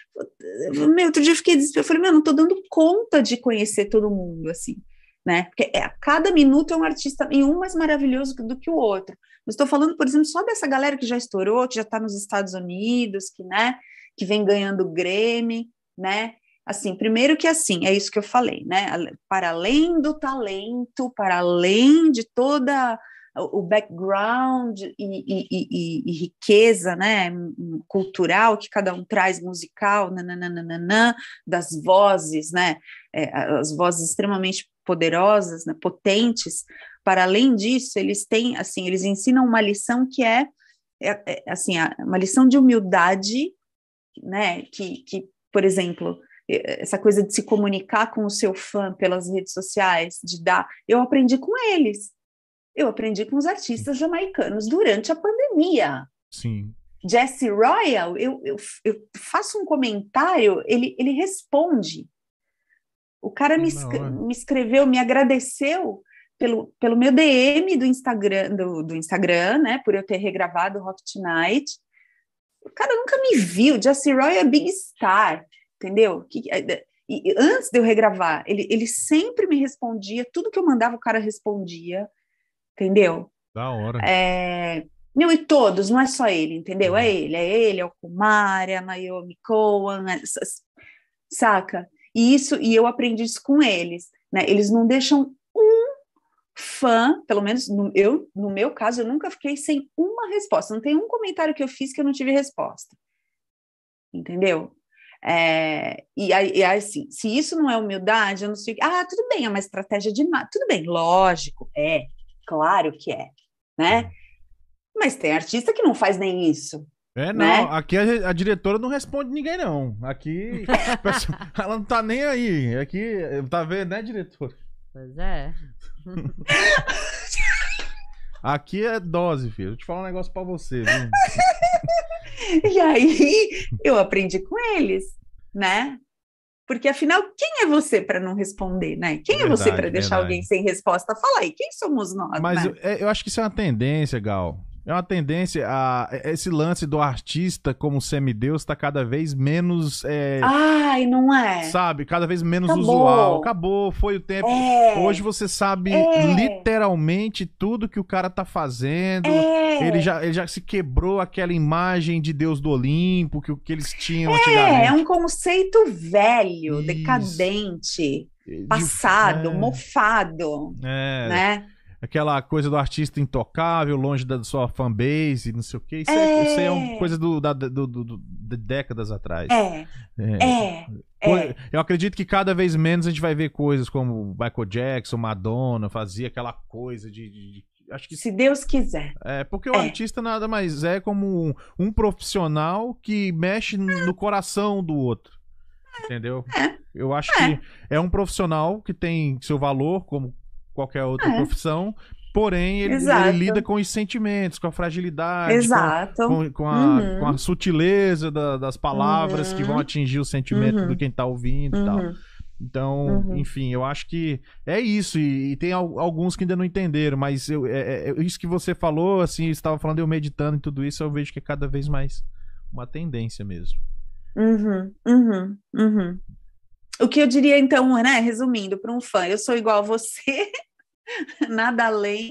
[SPEAKER 3] Meu, outro dia eu fiquei desesperada. Eu falei, meu, não tô dando conta de conhecer todo mundo, assim, né? Porque é, a cada minuto é um artista, e um mais maravilhoso do que o outro. Mas estou falando, por exemplo, só dessa galera que já estourou, que já está nos Estados Unidos, que, né, que vem ganhando Grammy, né? Assim, primeiro que assim, é isso que eu falei, né? Para além do talento, para além de toda o background e, e, e, e riqueza, né, cultural que cada um traz, musical, nananana, das vozes, né, é, as vozes extremamente poderosas, né, potentes. Para além disso, eles têm, assim, eles ensinam uma lição que é, é, é assim, uma lição de humildade, né, que, que, por exemplo, essa coisa de se comunicar com o seu fã pelas redes sociais, de dar, eu aprendi com eles. Eu aprendi com os artistas jamaicanos durante a pandemia.
[SPEAKER 1] Sim.
[SPEAKER 3] Jesse Royal, eu, eu, eu faço um comentário, ele, ele responde. O cara me, escre- me escreveu, me agradeceu pelo, pelo meu D M do Instagram, do, do Instagram, né, por eu ter regravado Rock Tonight. O cara nunca me viu. Jesse Royal é big star, entendeu? Que, e, antes de eu regravar, ele, ele sempre me respondia, tudo que eu mandava o cara respondia. Entendeu?
[SPEAKER 1] Da hora.
[SPEAKER 3] É... Não, e todos, não é só ele, entendeu? É ele, é ele, é o Kumar, é a Naomi Cohen, é... saca? E isso, e eu aprendi isso com eles, né? Eles não deixam um fã, pelo menos no, eu, no meu caso, eu nunca fiquei sem uma resposta. Não tem um comentário que eu fiz que eu não tive resposta. Entendeu? É, e aí, assim, se isso não é humildade, eu não sei. Ah, tudo bem, é uma estratégia de. Tudo bem, lógico, é. Claro que é, né? Mas tem artista que não faz nem isso.
[SPEAKER 1] É, não,
[SPEAKER 3] né?
[SPEAKER 1] aqui a, a diretora não responde ninguém, não. Aqui, ela não tá nem aí. Aqui, tá vendo, né, diretora?
[SPEAKER 2] Pois é.
[SPEAKER 1] Aqui é dose, filho. Vou te falar um negócio pra você, viu?
[SPEAKER 3] E aí, eu aprendi com eles, né? Porque, afinal, quem é você para não responder, né? Quem verdade, é você para deixar alguém sem resposta? Fala aí, quem somos nós,
[SPEAKER 1] Mas
[SPEAKER 3] né?
[SPEAKER 1] eu, eu acho que isso é uma tendência, Gal. É uma tendência, a, esse lance do artista como semideus tá cada vez menos... É,
[SPEAKER 3] Ai, não é?
[SPEAKER 1] Sabe? Cada vez menos
[SPEAKER 3] Acabou.
[SPEAKER 1] usual. Acabou, foi o tempo.
[SPEAKER 3] É.
[SPEAKER 1] Hoje você sabe
[SPEAKER 3] é.
[SPEAKER 1] literalmente tudo que o cara tá fazendo.
[SPEAKER 3] É.
[SPEAKER 1] Ele, já, ele já se quebrou aquela imagem de Deus do Olimpo que, que eles tinham
[SPEAKER 3] é,
[SPEAKER 1] antigamente.
[SPEAKER 3] É um conceito velho,
[SPEAKER 1] Isso.
[SPEAKER 3] decadente,
[SPEAKER 1] De,
[SPEAKER 3] passado,
[SPEAKER 1] é.
[SPEAKER 3] mofado,
[SPEAKER 1] É.
[SPEAKER 3] né?
[SPEAKER 1] Aquela coisa do artista intocável, longe da sua fanbase, não sei o quê. Isso é, é, isso é uma coisa do, da, do, do, do, de décadas atrás.
[SPEAKER 3] É, é, é, é.
[SPEAKER 1] Eu acredito que cada vez menos a gente vai ver coisas como Michael Jackson, Madonna, fazia aquela coisa de... de, de acho que,
[SPEAKER 3] se Deus quiser.
[SPEAKER 1] É, porque o
[SPEAKER 3] é.
[SPEAKER 1] artista nada mais é como um, um profissional que mexe no coração do outro. Entendeu?
[SPEAKER 3] É.
[SPEAKER 1] Eu acho
[SPEAKER 3] é.
[SPEAKER 1] que é um profissional que tem seu valor, como qualquer outra é. profissão, porém ele, ele lida com os sentimentos, com a fragilidade,
[SPEAKER 3] Exato.
[SPEAKER 1] com, com, com, a,
[SPEAKER 3] uhum.
[SPEAKER 1] com a sutileza da, das palavras uhum. que vão atingir o sentimento uhum. do quem tá ouvindo
[SPEAKER 3] uhum.
[SPEAKER 1] e tal. Então, uhum. enfim, eu acho que é isso, e, e tem al, alguns que ainda não entenderam, mas eu, é, é, isso que você falou, assim, estava falando, eu meditando em tudo isso, eu vejo que é cada vez mais uma tendência mesmo.
[SPEAKER 3] Uhum, uhum, uhum. O que eu diria, então, né, resumindo, para um fã, eu sou igual a você, nada além,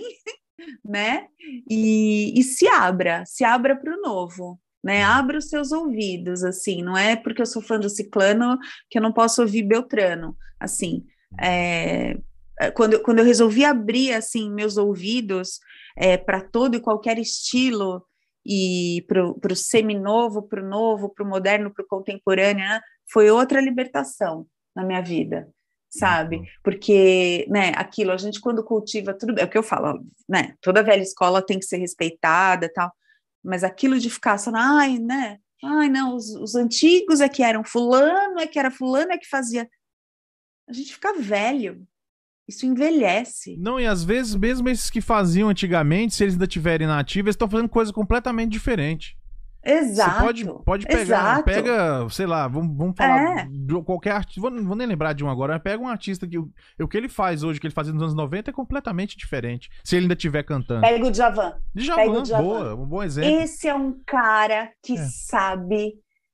[SPEAKER 3] né, e, e se abra, se abra para o novo, né, abra os seus ouvidos, assim, não é porque eu sou fã do ciclano que eu não posso ouvir Beltrano, assim, é, quando, quando eu resolvi abrir, assim, meus ouvidos é, para todo e qualquer estilo, e para o seminovo, para o novo, para o moderno, para o contemporâneo, né? Foi outra libertação na minha vida, sabe? Porque, né, aquilo, a gente quando cultiva, tudo bem, é o que eu falo, né, toda velha escola tem que ser respeitada e tal, mas aquilo de ficar só, ai, né, ai, não, os, os antigos é que eram fulano, é que era fulano, é que fazia, a gente fica velho, Isso envelhece.
[SPEAKER 1] Não, e às vezes, mesmo esses que faziam antigamente, se eles ainda estiverem na ativa, eles estão fazendo coisa completamente diferente.
[SPEAKER 3] Exato.
[SPEAKER 1] Você pode, pode pegar,
[SPEAKER 3] exato.
[SPEAKER 1] pega, sei lá, vamos, vamos falar
[SPEAKER 3] É.
[SPEAKER 1] de qualquer artista, vou, não vou nem lembrar de um agora, mas pega um artista que o, o que ele faz hoje, o que ele fazia nos anos noventa é completamente diferente, se ele ainda estiver cantando.
[SPEAKER 3] Pega o Djavan. pega
[SPEAKER 1] Djavan,
[SPEAKER 3] o Djavan.
[SPEAKER 1] boa, um bom exemplo.
[SPEAKER 3] Esse é um cara que
[SPEAKER 1] É.
[SPEAKER 3] sabe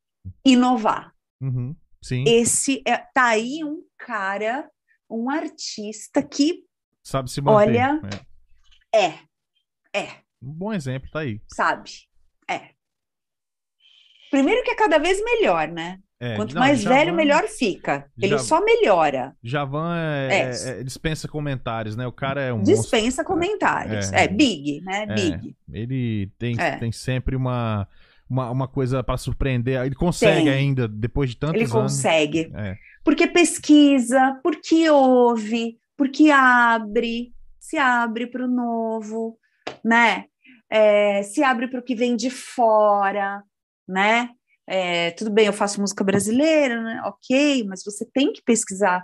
[SPEAKER 3] inovar.
[SPEAKER 1] Uhum, sim,
[SPEAKER 3] Esse é, tá aí um cara, um artista que,
[SPEAKER 1] sabe se manter.
[SPEAKER 3] olha,
[SPEAKER 1] É.
[SPEAKER 3] é, é,
[SPEAKER 1] Um bom exemplo, tá aí.
[SPEAKER 3] sabe? É. Primeiro que é cada vez melhor, né?
[SPEAKER 1] É,
[SPEAKER 3] Quanto
[SPEAKER 1] não,
[SPEAKER 3] mais
[SPEAKER 1] Djavan-
[SPEAKER 3] velho, melhor fica. Ele
[SPEAKER 1] Djavan-
[SPEAKER 3] só melhora.
[SPEAKER 1] Djavan é,
[SPEAKER 3] É.
[SPEAKER 1] é- é- dispensa comentários, né? O cara é um monstro.
[SPEAKER 3] Dispensa comentários.
[SPEAKER 1] É.
[SPEAKER 3] É, big, né?
[SPEAKER 1] É.
[SPEAKER 3] Big.
[SPEAKER 1] Ele tem,
[SPEAKER 3] É.
[SPEAKER 1] tem sempre uma, uma, uma coisa pra surpreender. Ele consegue
[SPEAKER 3] Tem.
[SPEAKER 1] ainda, depois de tantos
[SPEAKER 3] Ele
[SPEAKER 1] anos.
[SPEAKER 3] consegue.
[SPEAKER 1] É.
[SPEAKER 3] Porque pesquisa, porque ouve, porque abre, se abre para o novo, né? É, se abre para o que vem de fora, né? É, tudo bem, eu faço música brasileira, né? Ok, mas você tem que pesquisar,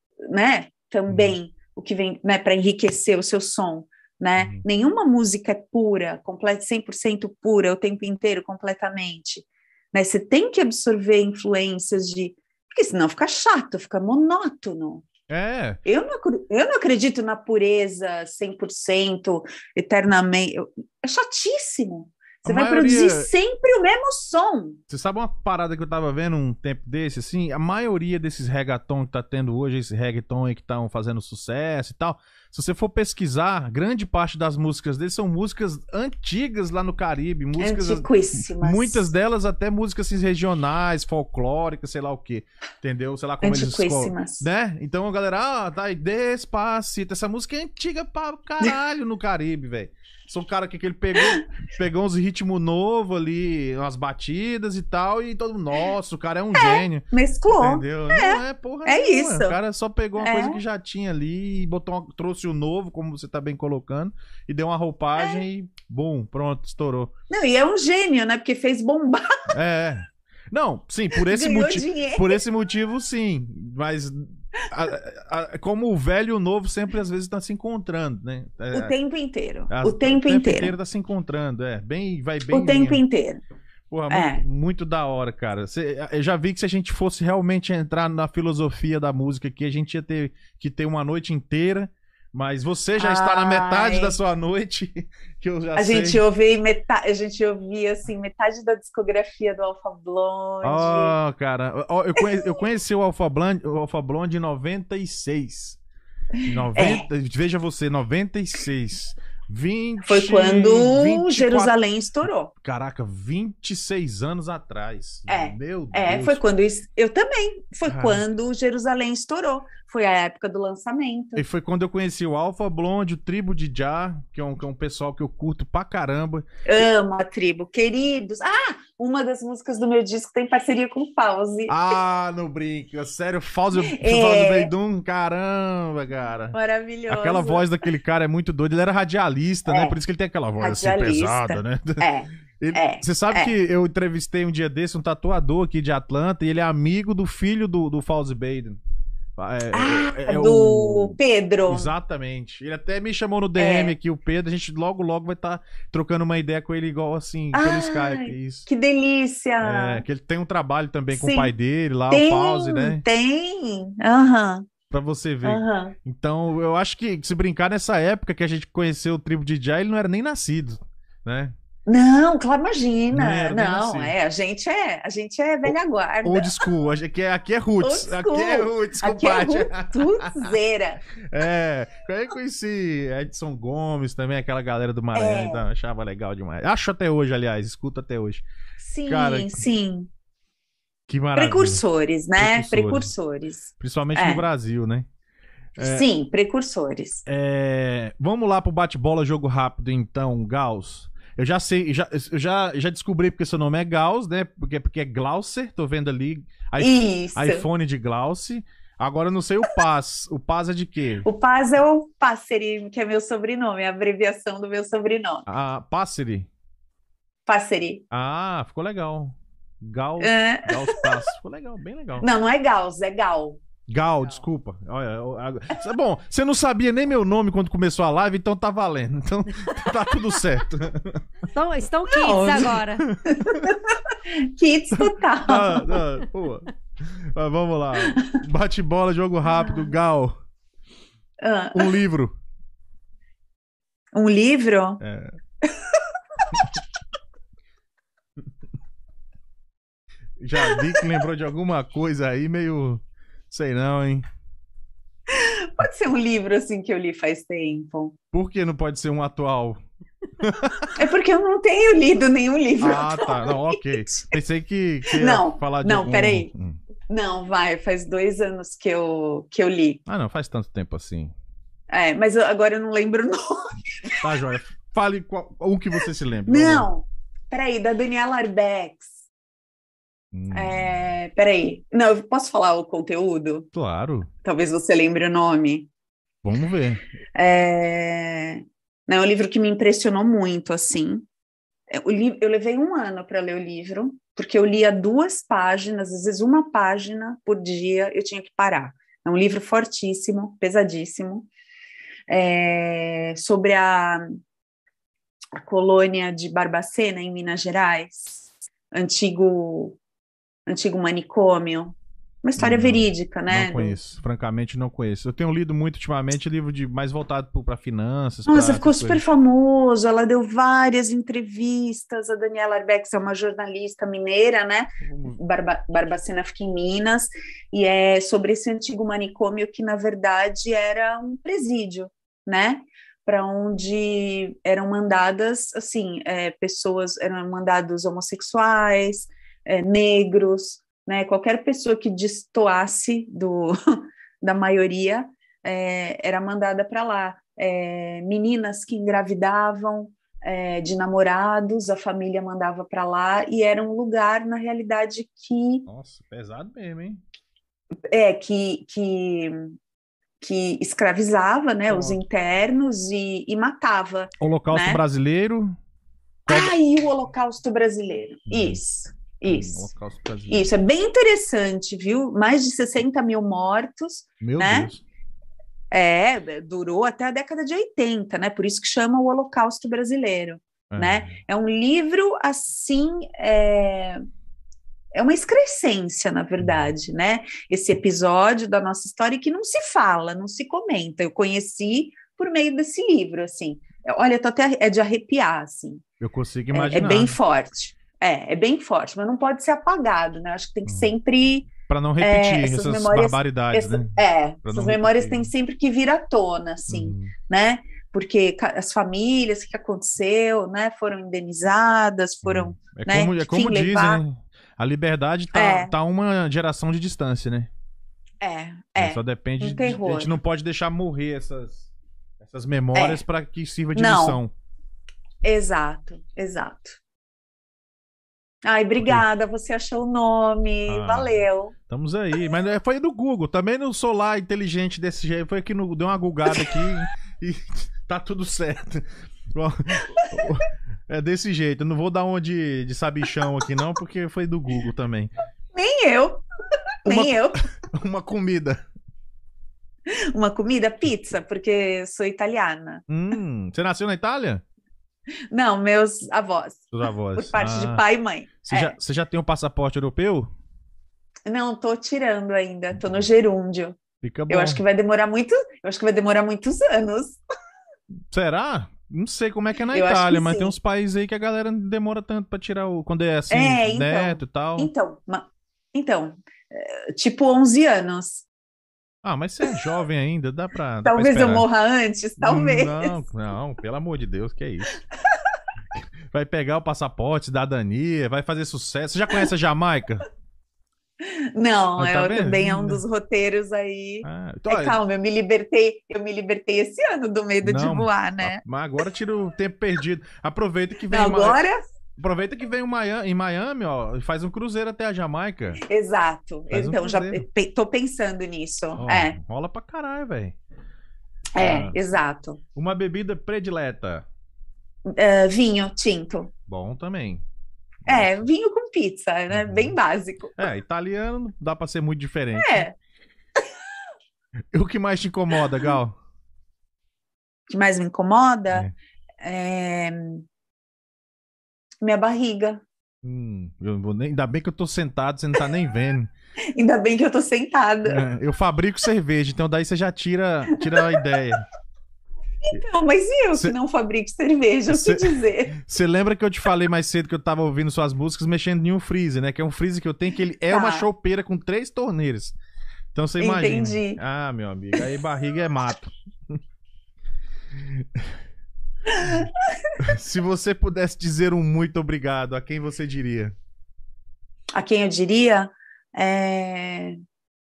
[SPEAKER 3] né? Também o que vem, né? Para enriquecer o seu som, né?
[SPEAKER 1] Uhum.
[SPEAKER 3] Nenhuma música é pura, completa, cem por cento pura o tempo inteiro, completamente, né? Você tem que absorver influências de porque senão fica chato, fica monótono.
[SPEAKER 1] É.
[SPEAKER 3] Eu não, acre- eu não acredito na pureza cem por cento, eternamente. Eu- É chatíssimo. Você
[SPEAKER 1] A
[SPEAKER 3] vai
[SPEAKER 1] maioria-
[SPEAKER 3] produzir sempre o mesmo som.
[SPEAKER 1] Você sabe uma parada que eu tava vendo um tempo desse, assim? A maioria desses reggaeton que tá tendo hoje, esse reggaeton aí que estão fazendo sucesso e tal, se você for pesquisar, grande parte das músicas deles são músicas antigas lá no Caribe, músicas...
[SPEAKER 3] Antiquíssimas.
[SPEAKER 1] Muitas delas até músicas assim, regionais, folclóricas, sei lá o quê, entendeu? Sei lá como eles escolhem,
[SPEAKER 3] Antiquíssimas.
[SPEAKER 1] né? Então a galera, ah, tá aí, Despacito, essa música é antiga pra caralho no Caribe, velho. São um cara que, que ele pegou, pegou uns ritmos novos ali, umas batidas e tal, e todo mundo, nossa, o cara é um gênio,
[SPEAKER 3] Mesclou.
[SPEAKER 1] entendeu? Não é porra
[SPEAKER 3] é
[SPEAKER 1] nenhuma.
[SPEAKER 3] isso.
[SPEAKER 1] O cara só pegou uma
[SPEAKER 3] É.
[SPEAKER 1] coisa que já tinha ali e botou uma- trouxe o novo, como você tá bem colocando, e deu uma roupagem
[SPEAKER 3] É.
[SPEAKER 1] e, bum, pronto, estourou.
[SPEAKER 3] Não, e é um gênio, né? Porque fez bombar,
[SPEAKER 1] É. Não, sim, por esse
[SPEAKER 3] ganhou
[SPEAKER 1] motivo.
[SPEAKER 3] dinheiro.
[SPEAKER 1] Por esse motivo, sim. Mas a- a- como o velho e o novo sempre às vezes estão se encontrando, né? É,
[SPEAKER 3] O tempo inteiro.
[SPEAKER 1] as-
[SPEAKER 3] O tempo inteiro.
[SPEAKER 1] tá se encontrando, é. Bem, vai bem.
[SPEAKER 3] O tempo inteiro.
[SPEAKER 1] Porra,
[SPEAKER 3] É.
[SPEAKER 1] muito, muito da hora, cara. Cê- eu já vi que se a gente fosse realmente entrar na filosofia da música aqui, a gente ia ter que ter uma noite inteira. Mas você já está na metade
[SPEAKER 3] Ai.
[SPEAKER 1] da sua noite, que eu já
[SPEAKER 3] A
[SPEAKER 1] sei.
[SPEAKER 3] gente ouvia metade, a gente ouvia assim metade da discografia do Alpha Blonde.
[SPEAKER 1] Ó, cara, ó, eu, conhe- eu conheci o Alpha Blonde, o Alpha Blonde em noventa e seis. noventa, Veja você, noventa e seis. vinte,
[SPEAKER 3] Foi quando
[SPEAKER 1] vinte e quatro
[SPEAKER 3] Jerusalém estourou.
[SPEAKER 1] Caraca, vinte e seis anos atrás.
[SPEAKER 3] É,
[SPEAKER 1] Meu
[SPEAKER 3] É,
[SPEAKER 1] Deus.
[SPEAKER 3] foi quando isso, eu também. Foi
[SPEAKER 1] Cara.
[SPEAKER 3] quando Jerusalém estourou. Foi a época do lançamento.
[SPEAKER 1] E foi quando eu conheci o Alpha Blonde, o Tribo de Jah, que é um, que é um pessoal que eu curto pra caramba.
[SPEAKER 3] Amo a tribo, queridos. Ah, uma das músicas do meu disco tem parceria com o Pause.
[SPEAKER 1] Ah, não brinca. Sério, Fauzi
[SPEAKER 3] É.
[SPEAKER 1] Fauzi Beidum, caramba, cara.
[SPEAKER 3] Maravilhoso.
[SPEAKER 1] Aquela voz daquele cara é muito doida. Ele era radialista, né?
[SPEAKER 3] É.
[SPEAKER 1] Por isso que ele tem aquela voz assim
[SPEAKER 3] Radialista.
[SPEAKER 1] pesada, né?
[SPEAKER 3] É,
[SPEAKER 1] Ele-
[SPEAKER 3] É,
[SPEAKER 1] Você sabe
[SPEAKER 3] é.
[SPEAKER 1] que eu entrevistei um dia desse um tatuador aqui de Atlanta e ele é amigo do filho do, do Fauzi Baden. É,
[SPEAKER 3] ah,
[SPEAKER 1] é- é
[SPEAKER 3] do
[SPEAKER 1] o-
[SPEAKER 3] Pedro.
[SPEAKER 1] Exatamente. Ele até me chamou no D M
[SPEAKER 3] É.
[SPEAKER 1] aqui, o Pedro. A gente logo, logo vai estar trocando uma ideia com ele igual assim,
[SPEAKER 3] Ai,
[SPEAKER 1] pelo Skype. Isso.
[SPEAKER 3] Que delícia.
[SPEAKER 1] É, que ele tem um trabalho também com
[SPEAKER 3] Sim.
[SPEAKER 1] o pai dele lá,
[SPEAKER 3] Tem,
[SPEAKER 1] o Fauzi, né?
[SPEAKER 3] tem. Aham,
[SPEAKER 1] Pra você ver.
[SPEAKER 3] aham.
[SPEAKER 1] Então, eu acho que se brincar nessa época que a gente conheceu o Tribo de Jah, ele não era nem nascido, né?
[SPEAKER 3] Não, claro, imagina.
[SPEAKER 1] Não era nem
[SPEAKER 3] Não,
[SPEAKER 1] assim.
[SPEAKER 3] é, a gente é, a gente é velha guarda.
[SPEAKER 1] Old school. Aqui é, aqui é roots.
[SPEAKER 3] Old
[SPEAKER 1] Aqui é
[SPEAKER 3] school.
[SPEAKER 1] roots,
[SPEAKER 3] Aqui é
[SPEAKER 1] compadre.
[SPEAKER 3] rutzeira.
[SPEAKER 1] É, aí eu conheci Edson Gomes também, aquela galera do Maranhão,
[SPEAKER 3] É.
[SPEAKER 1] então, achava legal demais. Acho até hoje, aliás, escuto até hoje.
[SPEAKER 3] Sim,
[SPEAKER 1] Cara,
[SPEAKER 3] sim.
[SPEAKER 1] Que maravilha.
[SPEAKER 3] Precursores, né?
[SPEAKER 1] Precursores.
[SPEAKER 3] Precursores.
[SPEAKER 1] Principalmente
[SPEAKER 3] É.
[SPEAKER 1] no Brasil, né? É.
[SPEAKER 3] Sim, precursores.
[SPEAKER 1] É, vamos lá pro bate-bola, jogo rápido, então, Gauss. Eu já sei, já, eu já, já descobri porque seu nome é Gauss, né? Porque, porque é Glaucer, tô vendo ali. i-
[SPEAKER 3] Isso.
[SPEAKER 1] iPhone de Glauce. Agora eu não sei o Paz. O Paz é de quê?
[SPEAKER 3] O Paz é o Passeri, que é meu sobrenome, é a abreviação do meu sobrenome.
[SPEAKER 1] A Passeri.
[SPEAKER 3] Passeri.
[SPEAKER 1] Ah, ficou legal. Gauss,
[SPEAKER 3] É.
[SPEAKER 1] Gauss Paz. Ficou legal, bem legal.
[SPEAKER 3] Não, não é Gauss, é Gal.
[SPEAKER 1] Gal, desculpa. Olha, eu- agora- Bom, você não sabia nem meu nome quando começou a live, então tá valendo. Então tá tudo certo.
[SPEAKER 2] Estão, estão kids
[SPEAKER 3] Não.
[SPEAKER 2] agora.
[SPEAKER 3] Kids total.
[SPEAKER 1] Ah, ah, pô. Mas vamos lá. Bate-bola, jogo rápido, Gal.
[SPEAKER 3] Ah,
[SPEAKER 1] Um livro.
[SPEAKER 3] um livro?
[SPEAKER 1] É. Já vi que lembrou de alguma coisa aí, meio. Sei não, hein?
[SPEAKER 3] Pode ser um livro assim que eu li faz tempo.
[SPEAKER 1] Por que não pode ser um atual?
[SPEAKER 3] É porque eu não tenho lido nenhum livro.
[SPEAKER 1] Ah, tá. Não, ok. Pensei que você ia
[SPEAKER 3] Não,
[SPEAKER 1] falar de
[SPEAKER 3] não,
[SPEAKER 1] algum...
[SPEAKER 3] peraí.
[SPEAKER 1] Hum.
[SPEAKER 3] Não, vai, faz dois anos que eu, que eu li.
[SPEAKER 1] Ah, não, faz tanto tempo assim.
[SPEAKER 3] É, mas eu- agora eu não lembro o nome.
[SPEAKER 1] Tá, joia. Fale qual, um que você se lembra. Vamos lá.
[SPEAKER 3] Não, peraí, da Daniela Arbex.
[SPEAKER 1] Hum,
[SPEAKER 3] É, peraí. Não, eu posso falar o conteúdo?
[SPEAKER 1] Claro.
[SPEAKER 3] Talvez você lembre o nome.
[SPEAKER 1] Vamos ver.
[SPEAKER 3] É, não, é um livro que me impressionou muito, assim. É, o li... Eu levei um ano para ler o livro, porque eu lia duas páginas, às vezes uma página por dia, eu tinha que parar. É um livro fortíssimo, pesadíssimo, é, sobre a, a colônia de Barbacena, em Minas Gerais, antigo, antigo manicômio. Uma história
[SPEAKER 1] Não,
[SPEAKER 3] verídica, né?
[SPEAKER 1] Não
[SPEAKER 3] do-
[SPEAKER 1] conheço. Francamente, não conheço. Eu tenho lido muito ultimamente livro de mais voltado para finanças.
[SPEAKER 3] Nossa,
[SPEAKER 1] pra
[SPEAKER 3] ficou
[SPEAKER 1] essas
[SPEAKER 3] super
[SPEAKER 1] coisas.
[SPEAKER 3] famoso. Ela deu várias entrevistas. A Daniela Arbex é uma jornalista mineira, né?
[SPEAKER 1] Vamos-
[SPEAKER 3] Barba- Barbacena fica em Minas, e é sobre esse antigo manicômio que, na verdade, era um presídio, né? Para onde eram mandadas, assim, é, pessoas, eram mandados homossexuais, é, negros, né? Qualquer pessoa que destoasse do, da maioria é, era mandada para lá. É, meninas que engravidavam é, de namorados, a família mandava para lá, e era um lugar, na realidade, que
[SPEAKER 1] Nossa, pesado mesmo, hein?
[SPEAKER 3] é que, que, que escravizava, né, os
[SPEAKER 1] Pronto.
[SPEAKER 3] internos e, e matava.
[SPEAKER 1] Holocausto
[SPEAKER 3] Né?
[SPEAKER 1] brasileiro. Qual-
[SPEAKER 3] Ah, e o Holocausto Brasileiro.
[SPEAKER 1] Uhum.
[SPEAKER 3] Isso, isso.
[SPEAKER 1] Holocausto brasileiro.
[SPEAKER 3] Isso, é bem interessante, viu? Mais de sessenta mil mortos,
[SPEAKER 1] Meu
[SPEAKER 3] né?
[SPEAKER 1] Deus.
[SPEAKER 3] é, durou até a década de oitenta, né? Por isso que chama o Holocausto Brasileiro,
[SPEAKER 1] É.
[SPEAKER 3] né? É um livro, assim, é, é uma excrescência, na verdade, né? Esse episódio da nossa história que não se fala, não se comenta. Eu conheci por meio desse livro, assim. Olha, tô até é de arrepiar, assim.
[SPEAKER 1] Eu consigo
[SPEAKER 3] É, é
[SPEAKER 1] imaginar.
[SPEAKER 3] bem forte. É, é bem forte, mas não pode ser apagado, né? Acho que tem que
[SPEAKER 1] Uhum.
[SPEAKER 3] sempre
[SPEAKER 1] Pra não repetir
[SPEAKER 3] é, essas
[SPEAKER 1] essas
[SPEAKER 3] memórias-
[SPEAKER 1] barbaridades,
[SPEAKER 3] essa-
[SPEAKER 1] né?
[SPEAKER 3] é,
[SPEAKER 1] Pra
[SPEAKER 3] essas
[SPEAKER 1] não
[SPEAKER 3] memórias
[SPEAKER 1] repetir.
[SPEAKER 3] têm sempre que vir à tona, assim,
[SPEAKER 1] Uhum.
[SPEAKER 3] né? Porque ca- as famílias, o que aconteceu, né? Foram indenizadas, foram,
[SPEAKER 1] É
[SPEAKER 3] né,
[SPEAKER 1] como, é como
[SPEAKER 3] enfim,
[SPEAKER 1] dizem,
[SPEAKER 3] levar-
[SPEAKER 1] né? A liberdade tá,
[SPEAKER 3] É.
[SPEAKER 1] tá uma geração de distância, né?
[SPEAKER 3] é, é,
[SPEAKER 1] Só depende
[SPEAKER 3] um
[SPEAKER 1] de,
[SPEAKER 3] terror.
[SPEAKER 1] a gente não pode deixar morrer essas, essas memórias pra que sirva de
[SPEAKER 3] Não.
[SPEAKER 1] lição.
[SPEAKER 3] exato, exato. Ai, obrigada, você achou o nome,
[SPEAKER 1] Ah.
[SPEAKER 3] valeu.
[SPEAKER 1] Estamos aí. Mas é, foi do Google. Também não sou lá inteligente desse jeito. Foi aqui no. Deu uma gugada aqui e tá tudo certo. Bom, é desse jeito. Eu não vou dar uma de, de sabichão aqui, não, porque foi do Google também.
[SPEAKER 3] Nem eu,
[SPEAKER 1] Uma-
[SPEAKER 3] nem eu.
[SPEAKER 1] Uma comida.
[SPEAKER 3] Uma comida, pizza, porque eu sou italiana.
[SPEAKER 1] Hum, você nasceu na Itália?
[SPEAKER 3] Não, meus avós,
[SPEAKER 1] Seus avós.
[SPEAKER 3] por parte de
[SPEAKER 1] Ah,
[SPEAKER 3] pai e mãe.
[SPEAKER 1] Você,
[SPEAKER 3] É.
[SPEAKER 1] já, você já tem um passaporte europeu?
[SPEAKER 3] Não, tô tirando ainda, tô no gerúndio.
[SPEAKER 1] Fica bom.
[SPEAKER 3] Eu acho que vai demorar muito, eu acho que vai demorar muitos anos.
[SPEAKER 1] Será? Não sei como é que é na
[SPEAKER 3] Eu acho
[SPEAKER 1] Itália,
[SPEAKER 3] que
[SPEAKER 1] mas
[SPEAKER 3] sim.
[SPEAKER 1] tem uns países aí que a galera não demora tanto pra tirar o. Quando é assim,
[SPEAKER 3] É, então.
[SPEAKER 1] neto e tal.
[SPEAKER 3] Então, ma- então, é, tipo onze anos.
[SPEAKER 1] Ah, mas você é jovem ainda, dá pra. dá pra
[SPEAKER 3] Talvez eu
[SPEAKER 1] esperar.
[SPEAKER 3] morra antes, talvez.
[SPEAKER 1] Não, não, pelo amor de Deus, que é isso. Vai pegar o passaporte, cidadania, vai fazer sucesso. Você já conhece a Jamaica?
[SPEAKER 3] Não,
[SPEAKER 1] Ah, tá
[SPEAKER 3] eu
[SPEAKER 1] vendo?
[SPEAKER 3] também é um dos roteiros aí.
[SPEAKER 1] Ah, então,
[SPEAKER 3] É,
[SPEAKER 1] olha,
[SPEAKER 3] calma, eu me libertei, eu me libertei esse ano do medo de
[SPEAKER 1] Não,
[SPEAKER 3] voar, né?
[SPEAKER 1] mas agora tira o tempo perdido. Aproveita que vem
[SPEAKER 3] Não,
[SPEAKER 1] uma-
[SPEAKER 3] agora,
[SPEAKER 1] Aproveita que vem um Miami, em Miami, ó, e faz um cruzeiro até a Jamaica.
[SPEAKER 3] exato.
[SPEAKER 1] Faz um
[SPEAKER 3] Então, já
[SPEAKER 1] cruzeiro.
[SPEAKER 3] pe- tô pensando nisso.
[SPEAKER 1] Ó,
[SPEAKER 3] É,
[SPEAKER 1] rola pra caralho, velho.
[SPEAKER 3] é,
[SPEAKER 1] Ah.
[SPEAKER 3] exato.
[SPEAKER 1] Uma bebida predileta.
[SPEAKER 3] É, vinho tinto.
[SPEAKER 1] Bom também.
[SPEAKER 3] É, vinho com pizza, né?
[SPEAKER 1] Uhum.
[SPEAKER 3] Bem básico.
[SPEAKER 1] É, italiano não dá pra ser muito diferente.
[SPEAKER 3] É.
[SPEAKER 1] E o que mais te incomoda, Gal?
[SPEAKER 3] O que mais me incomoda é, minha barriga.
[SPEAKER 1] Hum, eu vou nem... Ainda bem que eu tô sentado, você não tá nem vendo.
[SPEAKER 3] Ainda bem que eu tô sentada.
[SPEAKER 1] É, eu fabrico cerveja, então daí você já tira, tira a ideia.
[SPEAKER 3] Não, mas e eu
[SPEAKER 1] Cê-
[SPEAKER 3] que não fabrico cerveja, o
[SPEAKER 1] Cê-
[SPEAKER 3] que dizer?
[SPEAKER 1] Você lembra que eu te falei mais cedo que eu tava ouvindo suas músicas mexendo em um freezer, né? Que é um freezer que eu tenho que ele é
[SPEAKER 3] Tá.
[SPEAKER 1] uma chopeira com três torneiras. Então você imagina.
[SPEAKER 3] Entendi.
[SPEAKER 1] Ah, meu amigo, aí barriga é mato. Se você pudesse dizer um muito obrigado, a quem você diria?
[SPEAKER 3] A quem eu diria é...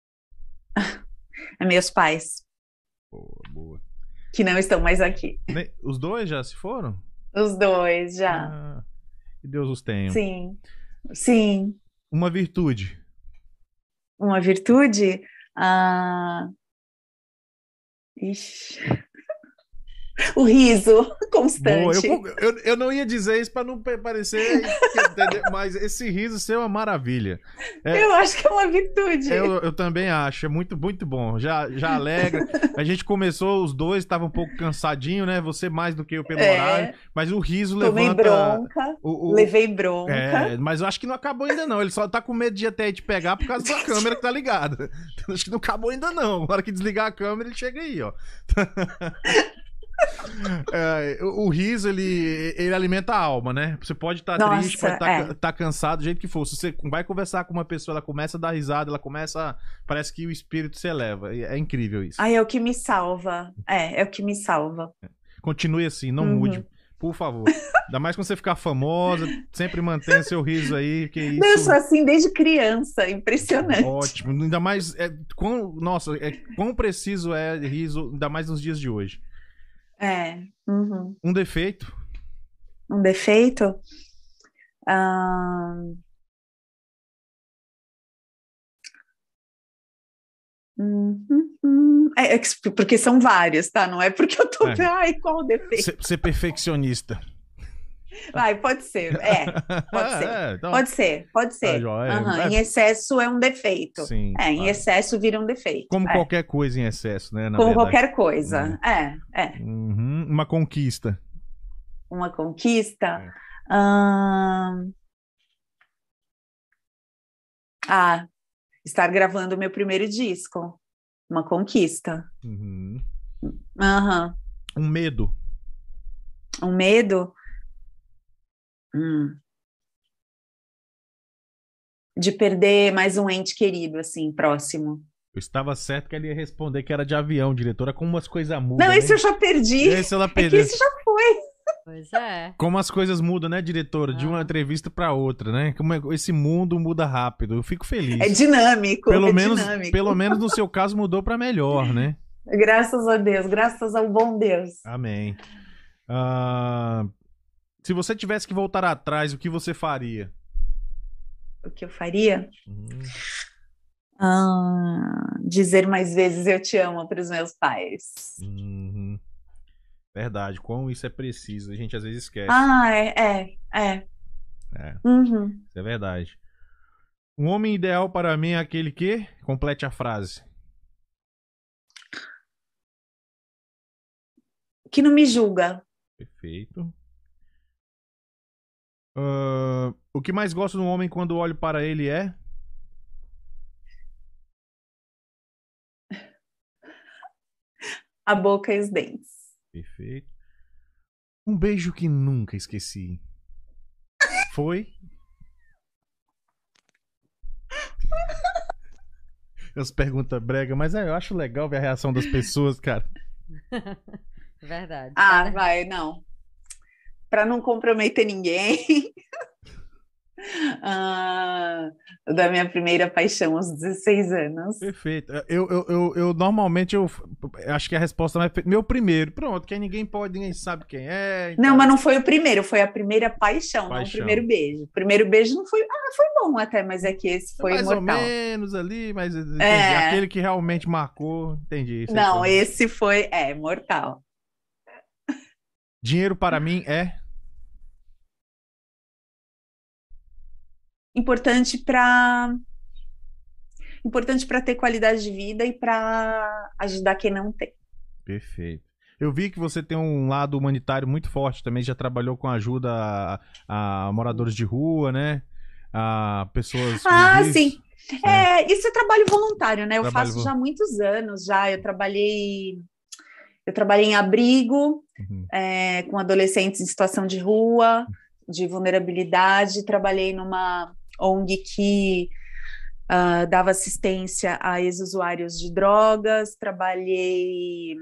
[SPEAKER 3] é meus pais,
[SPEAKER 1] Boa, boa.
[SPEAKER 3] que não estão mais aqui.
[SPEAKER 1] Ne- Os dois já se foram?
[SPEAKER 3] Os dois já.
[SPEAKER 1] Ah, que Deus os tenha.
[SPEAKER 3] Sim, sim.
[SPEAKER 1] Uma virtude.
[SPEAKER 3] Uma virtude? Ah... Ixi. O riso
[SPEAKER 1] Boa, eu,
[SPEAKER 3] constante.
[SPEAKER 1] eu, eu não ia dizer isso pra não pa- parecer, entendeu? Mas esse riso seu é uma maravilha. É,
[SPEAKER 3] Eu acho que é uma virtude.
[SPEAKER 1] eu, eu também acho, é muito, muito bom. Já, já alegra. A gente começou, os dois estavam um pouco cansadinho, né? Você mais do que eu pelo
[SPEAKER 3] É.
[SPEAKER 1] horário, mas o riso
[SPEAKER 3] Tomei
[SPEAKER 1] levanta.
[SPEAKER 3] bronca,
[SPEAKER 1] O, o-
[SPEAKER 3] levei bronca.
[SPEAKER 1] É, mas eu acho que não acabou ainda não. Ele só tá com medo de até aí te pegar por causa da câmera que tá ligada. Então, acho que não acabou ainda não. Na hora que desligar a câmera, ele chega aí, ó. É, o, o riso, ele, ele alimenta a alma, né? Você pode estar
[SPEAKER 3] Nossa,
[SPEAKER 1] triste, pode estar
[SPEAKER 3] é.
[SPEAKER 1] tá cansado, do jeito que for. Se você vai conversar com uma pessoa, ela começa a dar risada, ela começa. Parece que o espírito se eleva. É, é incrível isso.
[SPEAKER 3] Ai, é o que me salva. É, é o que me salva.
[SPEAKER 1] Continue assim, não
[SPEAKER 3] Uhum.
[SPEAKER 1] mude. Por favor. Ainda mais quando você ficar famosa, sempre mantenha seu riso aí, que isso.
[SPEAKER 3] Eu sou assim desde criança, impressionante.
[SPEAKER 1] Ótimo. Ainda mais. É, quão, nossa, é, quão preciso é riso, ainda mais nos dias de hoje.
[SPEAKER 3] É. Uhum.
[SPEAKER 1] Um defeito.
[SPEAKER 3] Um defeito? Ah, hum, hum, hum. É, é que- porque são vários, tá? Não é porque eu tô.
[SPEAKER 1] É.
[SPEAKER 3] Ai, qual o defeito?
[SPEAKER 1] Ser, ser perfeccionista.
[SPEAKER 3] Vai, pode ser. É, pode ser.
[SPEAKER 1] É, então,
[SPEAKER 3] Pode ser, pode
[SPEAKER 1] tá,
[SPEAKER 3] ser.
[SPEAKER 1] joia.
[SPEAKER 3] Aham,
[SPEAKER 1] É,
[SPEAKER 3] em excesso é um defeito.
[SPEAKER 1] sim,
[SPEAKER 3] É, em
[SPEAKER 1] claro.
[SPEAKER 3] excesso vira um defeito.
[SPEAKER 1] Como
[SPEAKER 3] É.
[SPEAKER 1] qualquer coisa em excesso, né? Na
[SPEAKER 3] Como
[SPEAKER 1] verdade.
[SPEAKER 3] qualquer coisa. É, é.
[SPEAKER 1] Uhum, uma conquista.
[SPEAKER 3] Uma conquista.
[SPEAKER 1] É.
[SPEAKER 3] Ahn, Ah, estar gravando o meu primeiro disco. Uma conquista.
[SPEAKER 1] Uhum.
[SPEAKER 3] Aham.
[SPEAKER 1] Um medo.
[SPEAKER 3] Um medo? Hum. De perder mais um ente querido, assim, próximo.
[SPEAKER 1] Eu estava certo que ele ia responder que era de avião, diretora. Como as coisas mudam.
[SPEAKER 3] Não,
[SPEAKER 1] né?
[SPEAKER 3] esse eu já perdi.
[SPEAKER 1] Esse ela
[SPEAKER 3] É que
[SPEAKER 1] perdeu.
[SPEAKER 3] esse já foi.
[SPEAKER 2] Pois é.
[SPEAKER 1] Como as coisas mudam, né, diretora? De uma
[SPEAKER 2] Ah.
[SPEAKER 1] entrevista pra outra, né? Como é- esse mundo muda rápido. Eu fico feliz.
[SPEAKER 3] É dinâmico.
[SPEAKER 1] Pelo
[SPEAKER 3] é
[SPEAKER 1] menos,
[SPEAKER 3] dinâmico.
[SPEAKER 1] pelo menos no seu caso mudou pra melhor, né?
[SPEAKER 3] Graças a Deus, graças ao bom Deus.
[SPEAKER 1] Amém. Ah, se você tivesse que voltar atrás, o que você faria?
[SPEAKER 3] O que eu faria?
[SPEAKER 1] Hum,
[SPEAKER 3] Ah, dizer mais vezes eu te amo para os meus pais.
[SPEAKER 1] uhum. Verdade, como isso é preciso. A gente às vezes esquece.
[SPEAKER 3] Ah, é, é, é.
[SPEAKER 1] É,
[SPEAKER 3] Uhum.
[SPEAKER 1] isso é verdade. Um homem ideal para mim é aquele que... Complete a frase.
[SPEAKER 3] Que não me julga.
[SPEAKER 1] Perfeito. Ah, o que mais gosto de um homem quando olho para ele é...
[SPEAKER 3] A boca e os dentes.
[SPEAKER 1] Perfeito. Um beijo que nunca esqueci. Foi? As perguntas brega, mas é, eu acho legal ver a reação das pessoas, cara.
[SPEAKER 2] Verdade.
[SPEAKER 3] Ah,
[SPEAKER 2] Cada-
[SPEAKER 3] vai, não. Para não comprometer ninguém. Ah, da minha primeira paixão aos dezesseis anos.
[SPEAKER 1] Perfeito. Eu, eu, eu, eu normalmente eu f- acho que a resposta vai ser meu primeiro. Pronto, que aí ninguém pode, ninguém sabe quem é. então-
[SPEAKER 3] Não, mas não foi o primeiro, foi a primeira paixão, não o
[SPEAKER 1] Paixão.
[SPEAKER 3] primeiro beijo. O primeiro beijo não foi. Ah, foi bom até, mas é que esse foi
[SPEAKER 1] mais ou
[SPEAKER 3] mortal.
[SPEAKER 1] menos ali, mas entendi.
[SPEAKER 3] É.
[SPEAKER 1] Aquele que realmente marcou, entendi. Sei
[SPEAKER 3] Não,
[SPEAKER 1] como.
[SPEAKER 3] esse foi. É, mortal.
[SPEAKER 1] Dinheiro para mim é
[SPEAKER 3] Importante para importante para ter qualidade de vida e para ajudar quem não tem.
[SPEAKER 1] Perfeito. Eu vi que você tem um lado humanitário muito forte também, já trabalhou com ajuda a, a moradores de rua, né? A pessoas...
[SPEAKER 3] Ah,
[SPEAKER 1] com
[SPEAKER 3] sim.
[SPEAKER 1] vícios.
[SPEAKER 3] É, isso é trabalho voluntário, né? Eu
[SPEAKER 1] Trabalho
[SPEAKER 3] faço
[SPEAKER 1] vo-
[SPEAKER 3] já há muitos anos já. Eu trabalhei, eu trabalhei em abrigo,
[SPEAKER 1] Uhum.
[SPEAKER 3] é, com adolescentes em situação de rua, de vulnerabilidade. Trabalhei numa O N G que ah, dava assistência a ex-usuários de drogas. Trabalhei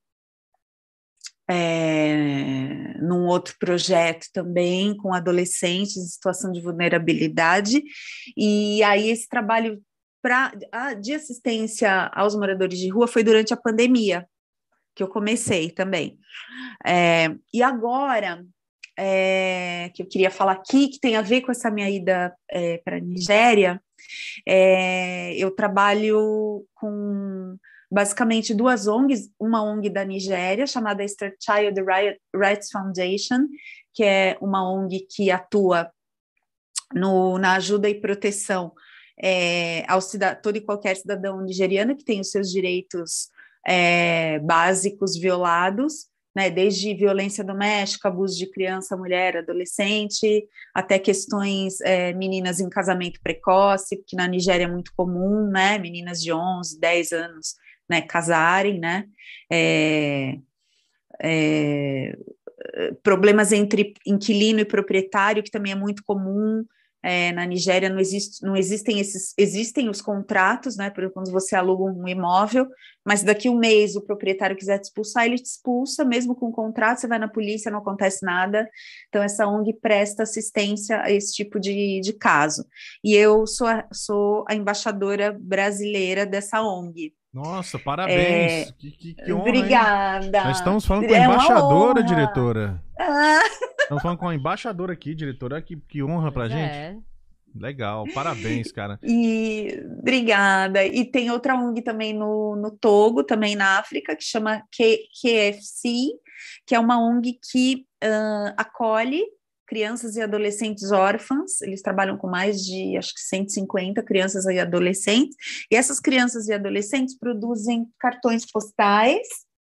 [SPEAKER 3] é, num outro projeto também com adolescentes em situação de vulnerabilidade, e aí esse trabalho pra, ah, de assistência aos moradores de rua foi durante a pandemia, que eu comecei também. É, e agora, é, que eu queria falar aqui, que tem a ver com essa minha ida é, para a Nigéria, é, eu trabalho com basicamente duas O N Gs, uma O N G da Nigéria, chamada Start Child Rights Foundation, que é uma O N G que atua no, na ajuda e proteção é, ao cidadão, todo e qualquer cidadão nigeriano que tem os seus direitos é, básicos violados, né, desde violência doméstica, abuso de criança, mulher, adolescente, até questões é, meninas em casamento precoce, que na Nigéria é muito comum, né, meninas de onze, dez anos, né, casarem, né, é, é, problemas entre inquilino e proprietário, que também é muito comum. É, na Nigéria não, existe, não existem esses, existem os contratos, né, por quando você aluga um imóvel, mas daqui a um mês o proprietário quiser te expulsar, ele te expulsa, mesmo com o contrato, você vai na polícia, não acontece nada. Então essa O N G presta assistência a esse tipo de, de caso. E eu sou a, sou a embaixadora brasileira dessa O N G.
[SPEAKER 1] Nossa, parabéns.
[SPEAKER 3] É,
[SPEAKER 1] que, que, que honra,
[SPEAKER 3] obrigada.
[SPEAKER 1] hein? Nós estamos falando com a
[SPEAKER 3] É uma
[SPEAKER 1] embaixadora,
[SPEAKER 3] honra.
[SPEAKER 1] diretora.
[SPEAKER 3] Ah,
[SPEAKER 1] Estamos falando com a embaixadora aqui, diretora. Que, que honra pra
[SPEAKER 2] Pois
[SPEAKER 1] gente.
[SPEAKER 2] é.
[SPEAKER 1] Legal, parabéns, cara.
[SPEAKER 3] e obrigada. E tem outra O N G também no, no Togo, também na África, que chama Q, Q F C, que é uma O N G que uh, acolhe crianças e adolescentes órfãs. Eles trabalham com mais de, acho que cento e cinquenta crianças e adolescentes, e essas crianças e adolescentes produzem cartões postais.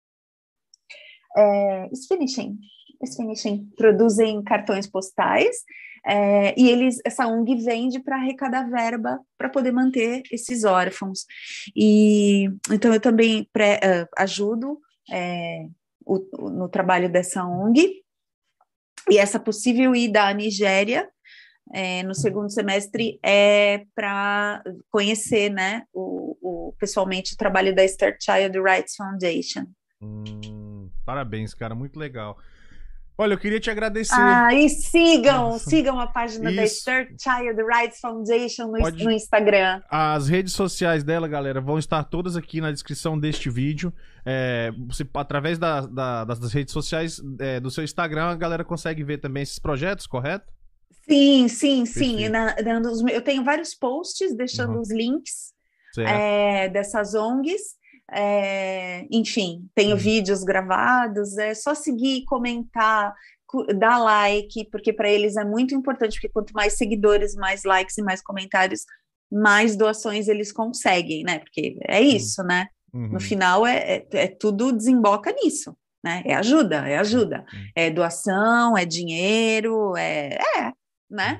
[SPEAKER 3] É, it's finishing. It's finishing. Produzem cartões postais. É, e eles, essa O N G vende para arrecadar verba para poder manter esses órfãos. E então eu também pré, uh, ajudo é, o, o, no trabalho dessa O N G. E essa possível ida à Nigéria é, no segundo semestre é para conhecer, né, o, o, pessoalmente o trabalho da Start Child Rights Foundation.
[SPEAKER 1] Hum, parabéns, cara, muito legal. Olha, eu queria te agradecer.
[SPEAKER 3] Ah, e sigam,
[SPEAKER 1] Nossa.
[SPEAKER 3] sigam a página
[SPEAKER 1] Isso.
[SPEAKER 3] da Start Child Rights Foundation no,
[SPEAKER 1] Pode-
[SPEAKER 3] no Instagram.
[SPEAKER 1] As redes sociais dela, galera, vão estar todas aqui na descrição deste vídeo. É, você, através da- da- das redes sociais é, do seu Instagram, a galera consegue ver também esses projetos, correto?
[SPEAKER 3] Sim, sim, sim.
[SPEAKER 1] Perfeito.
[SPEAKER 3] Na- na- nos- eu tenho vários posts deixando
[SPEAKER 1] Uhum.
[SPEAKER 3] os links
[SPEAKER 1] Certo.
[SPEAKER 3] é, dessas O N Gs. É, enfim, tenho
[SPEAKER 1] Uhum.
[SPEAKER 3] vídeos gravados. É só seguir, comentar, cu- dar like, porque para eles é muito importante, porque quanto mais seguidores, mais likes e mais comentários, mais doações eles conseguem, né? Porque é isso, né?
[SPEAKER 1] Uhum.
[SPEAKER 3] No final é, é, é tudo desemboca nisso, né? É ajuda, é ajuda.
[SPEAKER 1] Uhum.
[SPEAKER 3] É doação, é dinheiro, é, é né?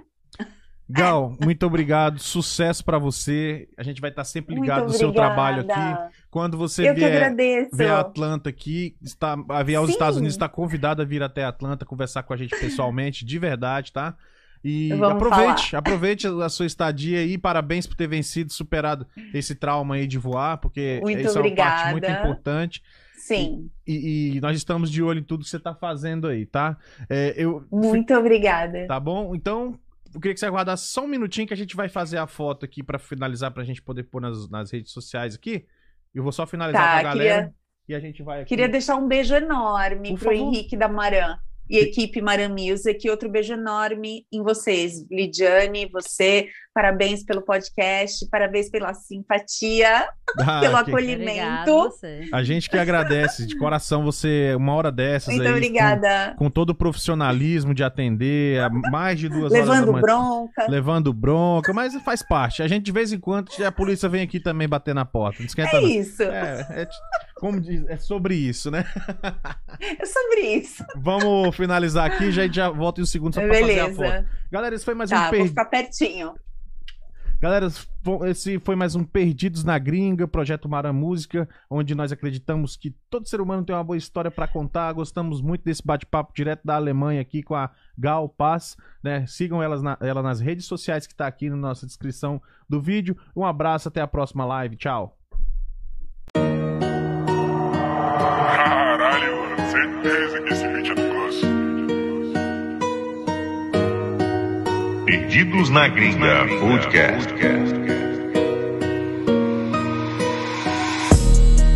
[SPEAKER 1] Gal, muito obrigado. Sucesso pra você. A gente vai estar sempre
[SPEAKER 3] Muito
[SPEAKER 1] ligado no seu trabalho aqui.
[SPEAKER 3] obrigada.
[SPEAKER 1] Quando você
[SPEAKER 3] Eu que
[SPEAKER 1] vier,
[SPEAKER 3] agradeço.
[SPEAKER 1] vier a Atlanta aqui, está, a vier aos
[SPEAKER 3] Sim.
[SPEAKER 1] Estados Unidos, está convidado a vir até Atlanta, conversar com a gente pessoalmente, de verdade, tá? E
[SPEAKER 3] Vamos
[SPEAKER 1] aproveite,
[SPEAKER 3] falar.
[SPEAKER 1] aproveite a sua estadia aí. Parabéns por ter vencido, superado esse trauma aí de voar, porque
[SPEAKER 3] Muito
[SPEAKER 1] isso é uma parte
[SPEAKER 3] obrigada.
[SPEAKER 1] muito importante.
[SPEAKER 3] Sim,
[SPEAKER 1] E, e nós estamos de olho em tudo que você está fazendo aí, tá? É, eu,
[SPEAKER 3] muito obrigada.
[SPEAKER 1] Tá bom? Então, eu queria que você aguardasse só um minutinho que a gente vai fazer a foto aqui pra finalizar, pra gente poder pôr nas, nas redes sociais aqui. Eu vou só finalizar
[SPEAKER 3] Tá,
[SPEAKER 1] com a galera
[SPEAKER 3] queria-
[SPEAKER 1] e a gente vai aqui.
[SPEAKER 3] Queria deixar um beijo enorme
[SPEAKER 1] Por
[SPEAKER 3] pro
[SPEAKER 1] favor.
[SPEAKER 3] Henrique da Maran. e equipe Maran Music. Outro beijo enorme em vocês, Lidiane, você, parabéns pelo podcast, parabéns pela simpatia,
[SPEAKER 1] Ah,
[SPEAKER 3] pelo
[SPEAKER 1] que-
[SPEAKER 2] Obrigada
[SPEAKER 3] acolhimento.
[SPEAKER 2] a você.
[SPEAKER 1] A gente que agradece, de coração, você, uma hora dessas
[SPEAKER 3] Muito
[SPEAKER 1] aí,
[SPEAKER 3] obrigada.
[SPEAKER 1] Com, com todo o profissionalismo de atender, a mais de duas horas
[SPEAKER 3] Levando
[SPEAKER 1] da manhã.
[SPEAKER 3] bronca.
[SPEAKER 1] Levando bronca, mas faz parte. A gente, de vez em quando, a polícia vem aqui também bater na porta. Não esquenta,
[SPEAKER 3] É
[SPEAKER 1] não.
[SPEAKER 3] isso,
[SPEAKER 1] É, é, como diz, é sobre isso, né?
[SPEAKER 3] é sobre isso.
[SPEAKER 1] Vamos finalizar aqui, já, já volto em um segundo só pra fazer a foto.
[SPEAKER 3] Beleza.
[SPEAKER 1] Galera, esse foi mais um
[SPEAKER 3] Tá, vou
[SPEAKER 1] perdido.
[SPEAKER 3] ficar pertinho.
[SPEAKER 1] Galera, esse foi mais um Perdidos na Gringa, projeto Maran Música, onde nós acreditamos que todo ser humano tem uma boa história para contar. Gostamos muito desse bate-papo direto da Alemanha aqui com a Gal Paz, né? Sigam elas na, ela nas redes sociais que tá aqui na nossa descrição do vídeo. Um abraço, até a próxima live. Tchau.
[SPEAKER 5] Caralho, mano, certeza que esse vídeo é do Gus. Perdidos na Gringa Podcast.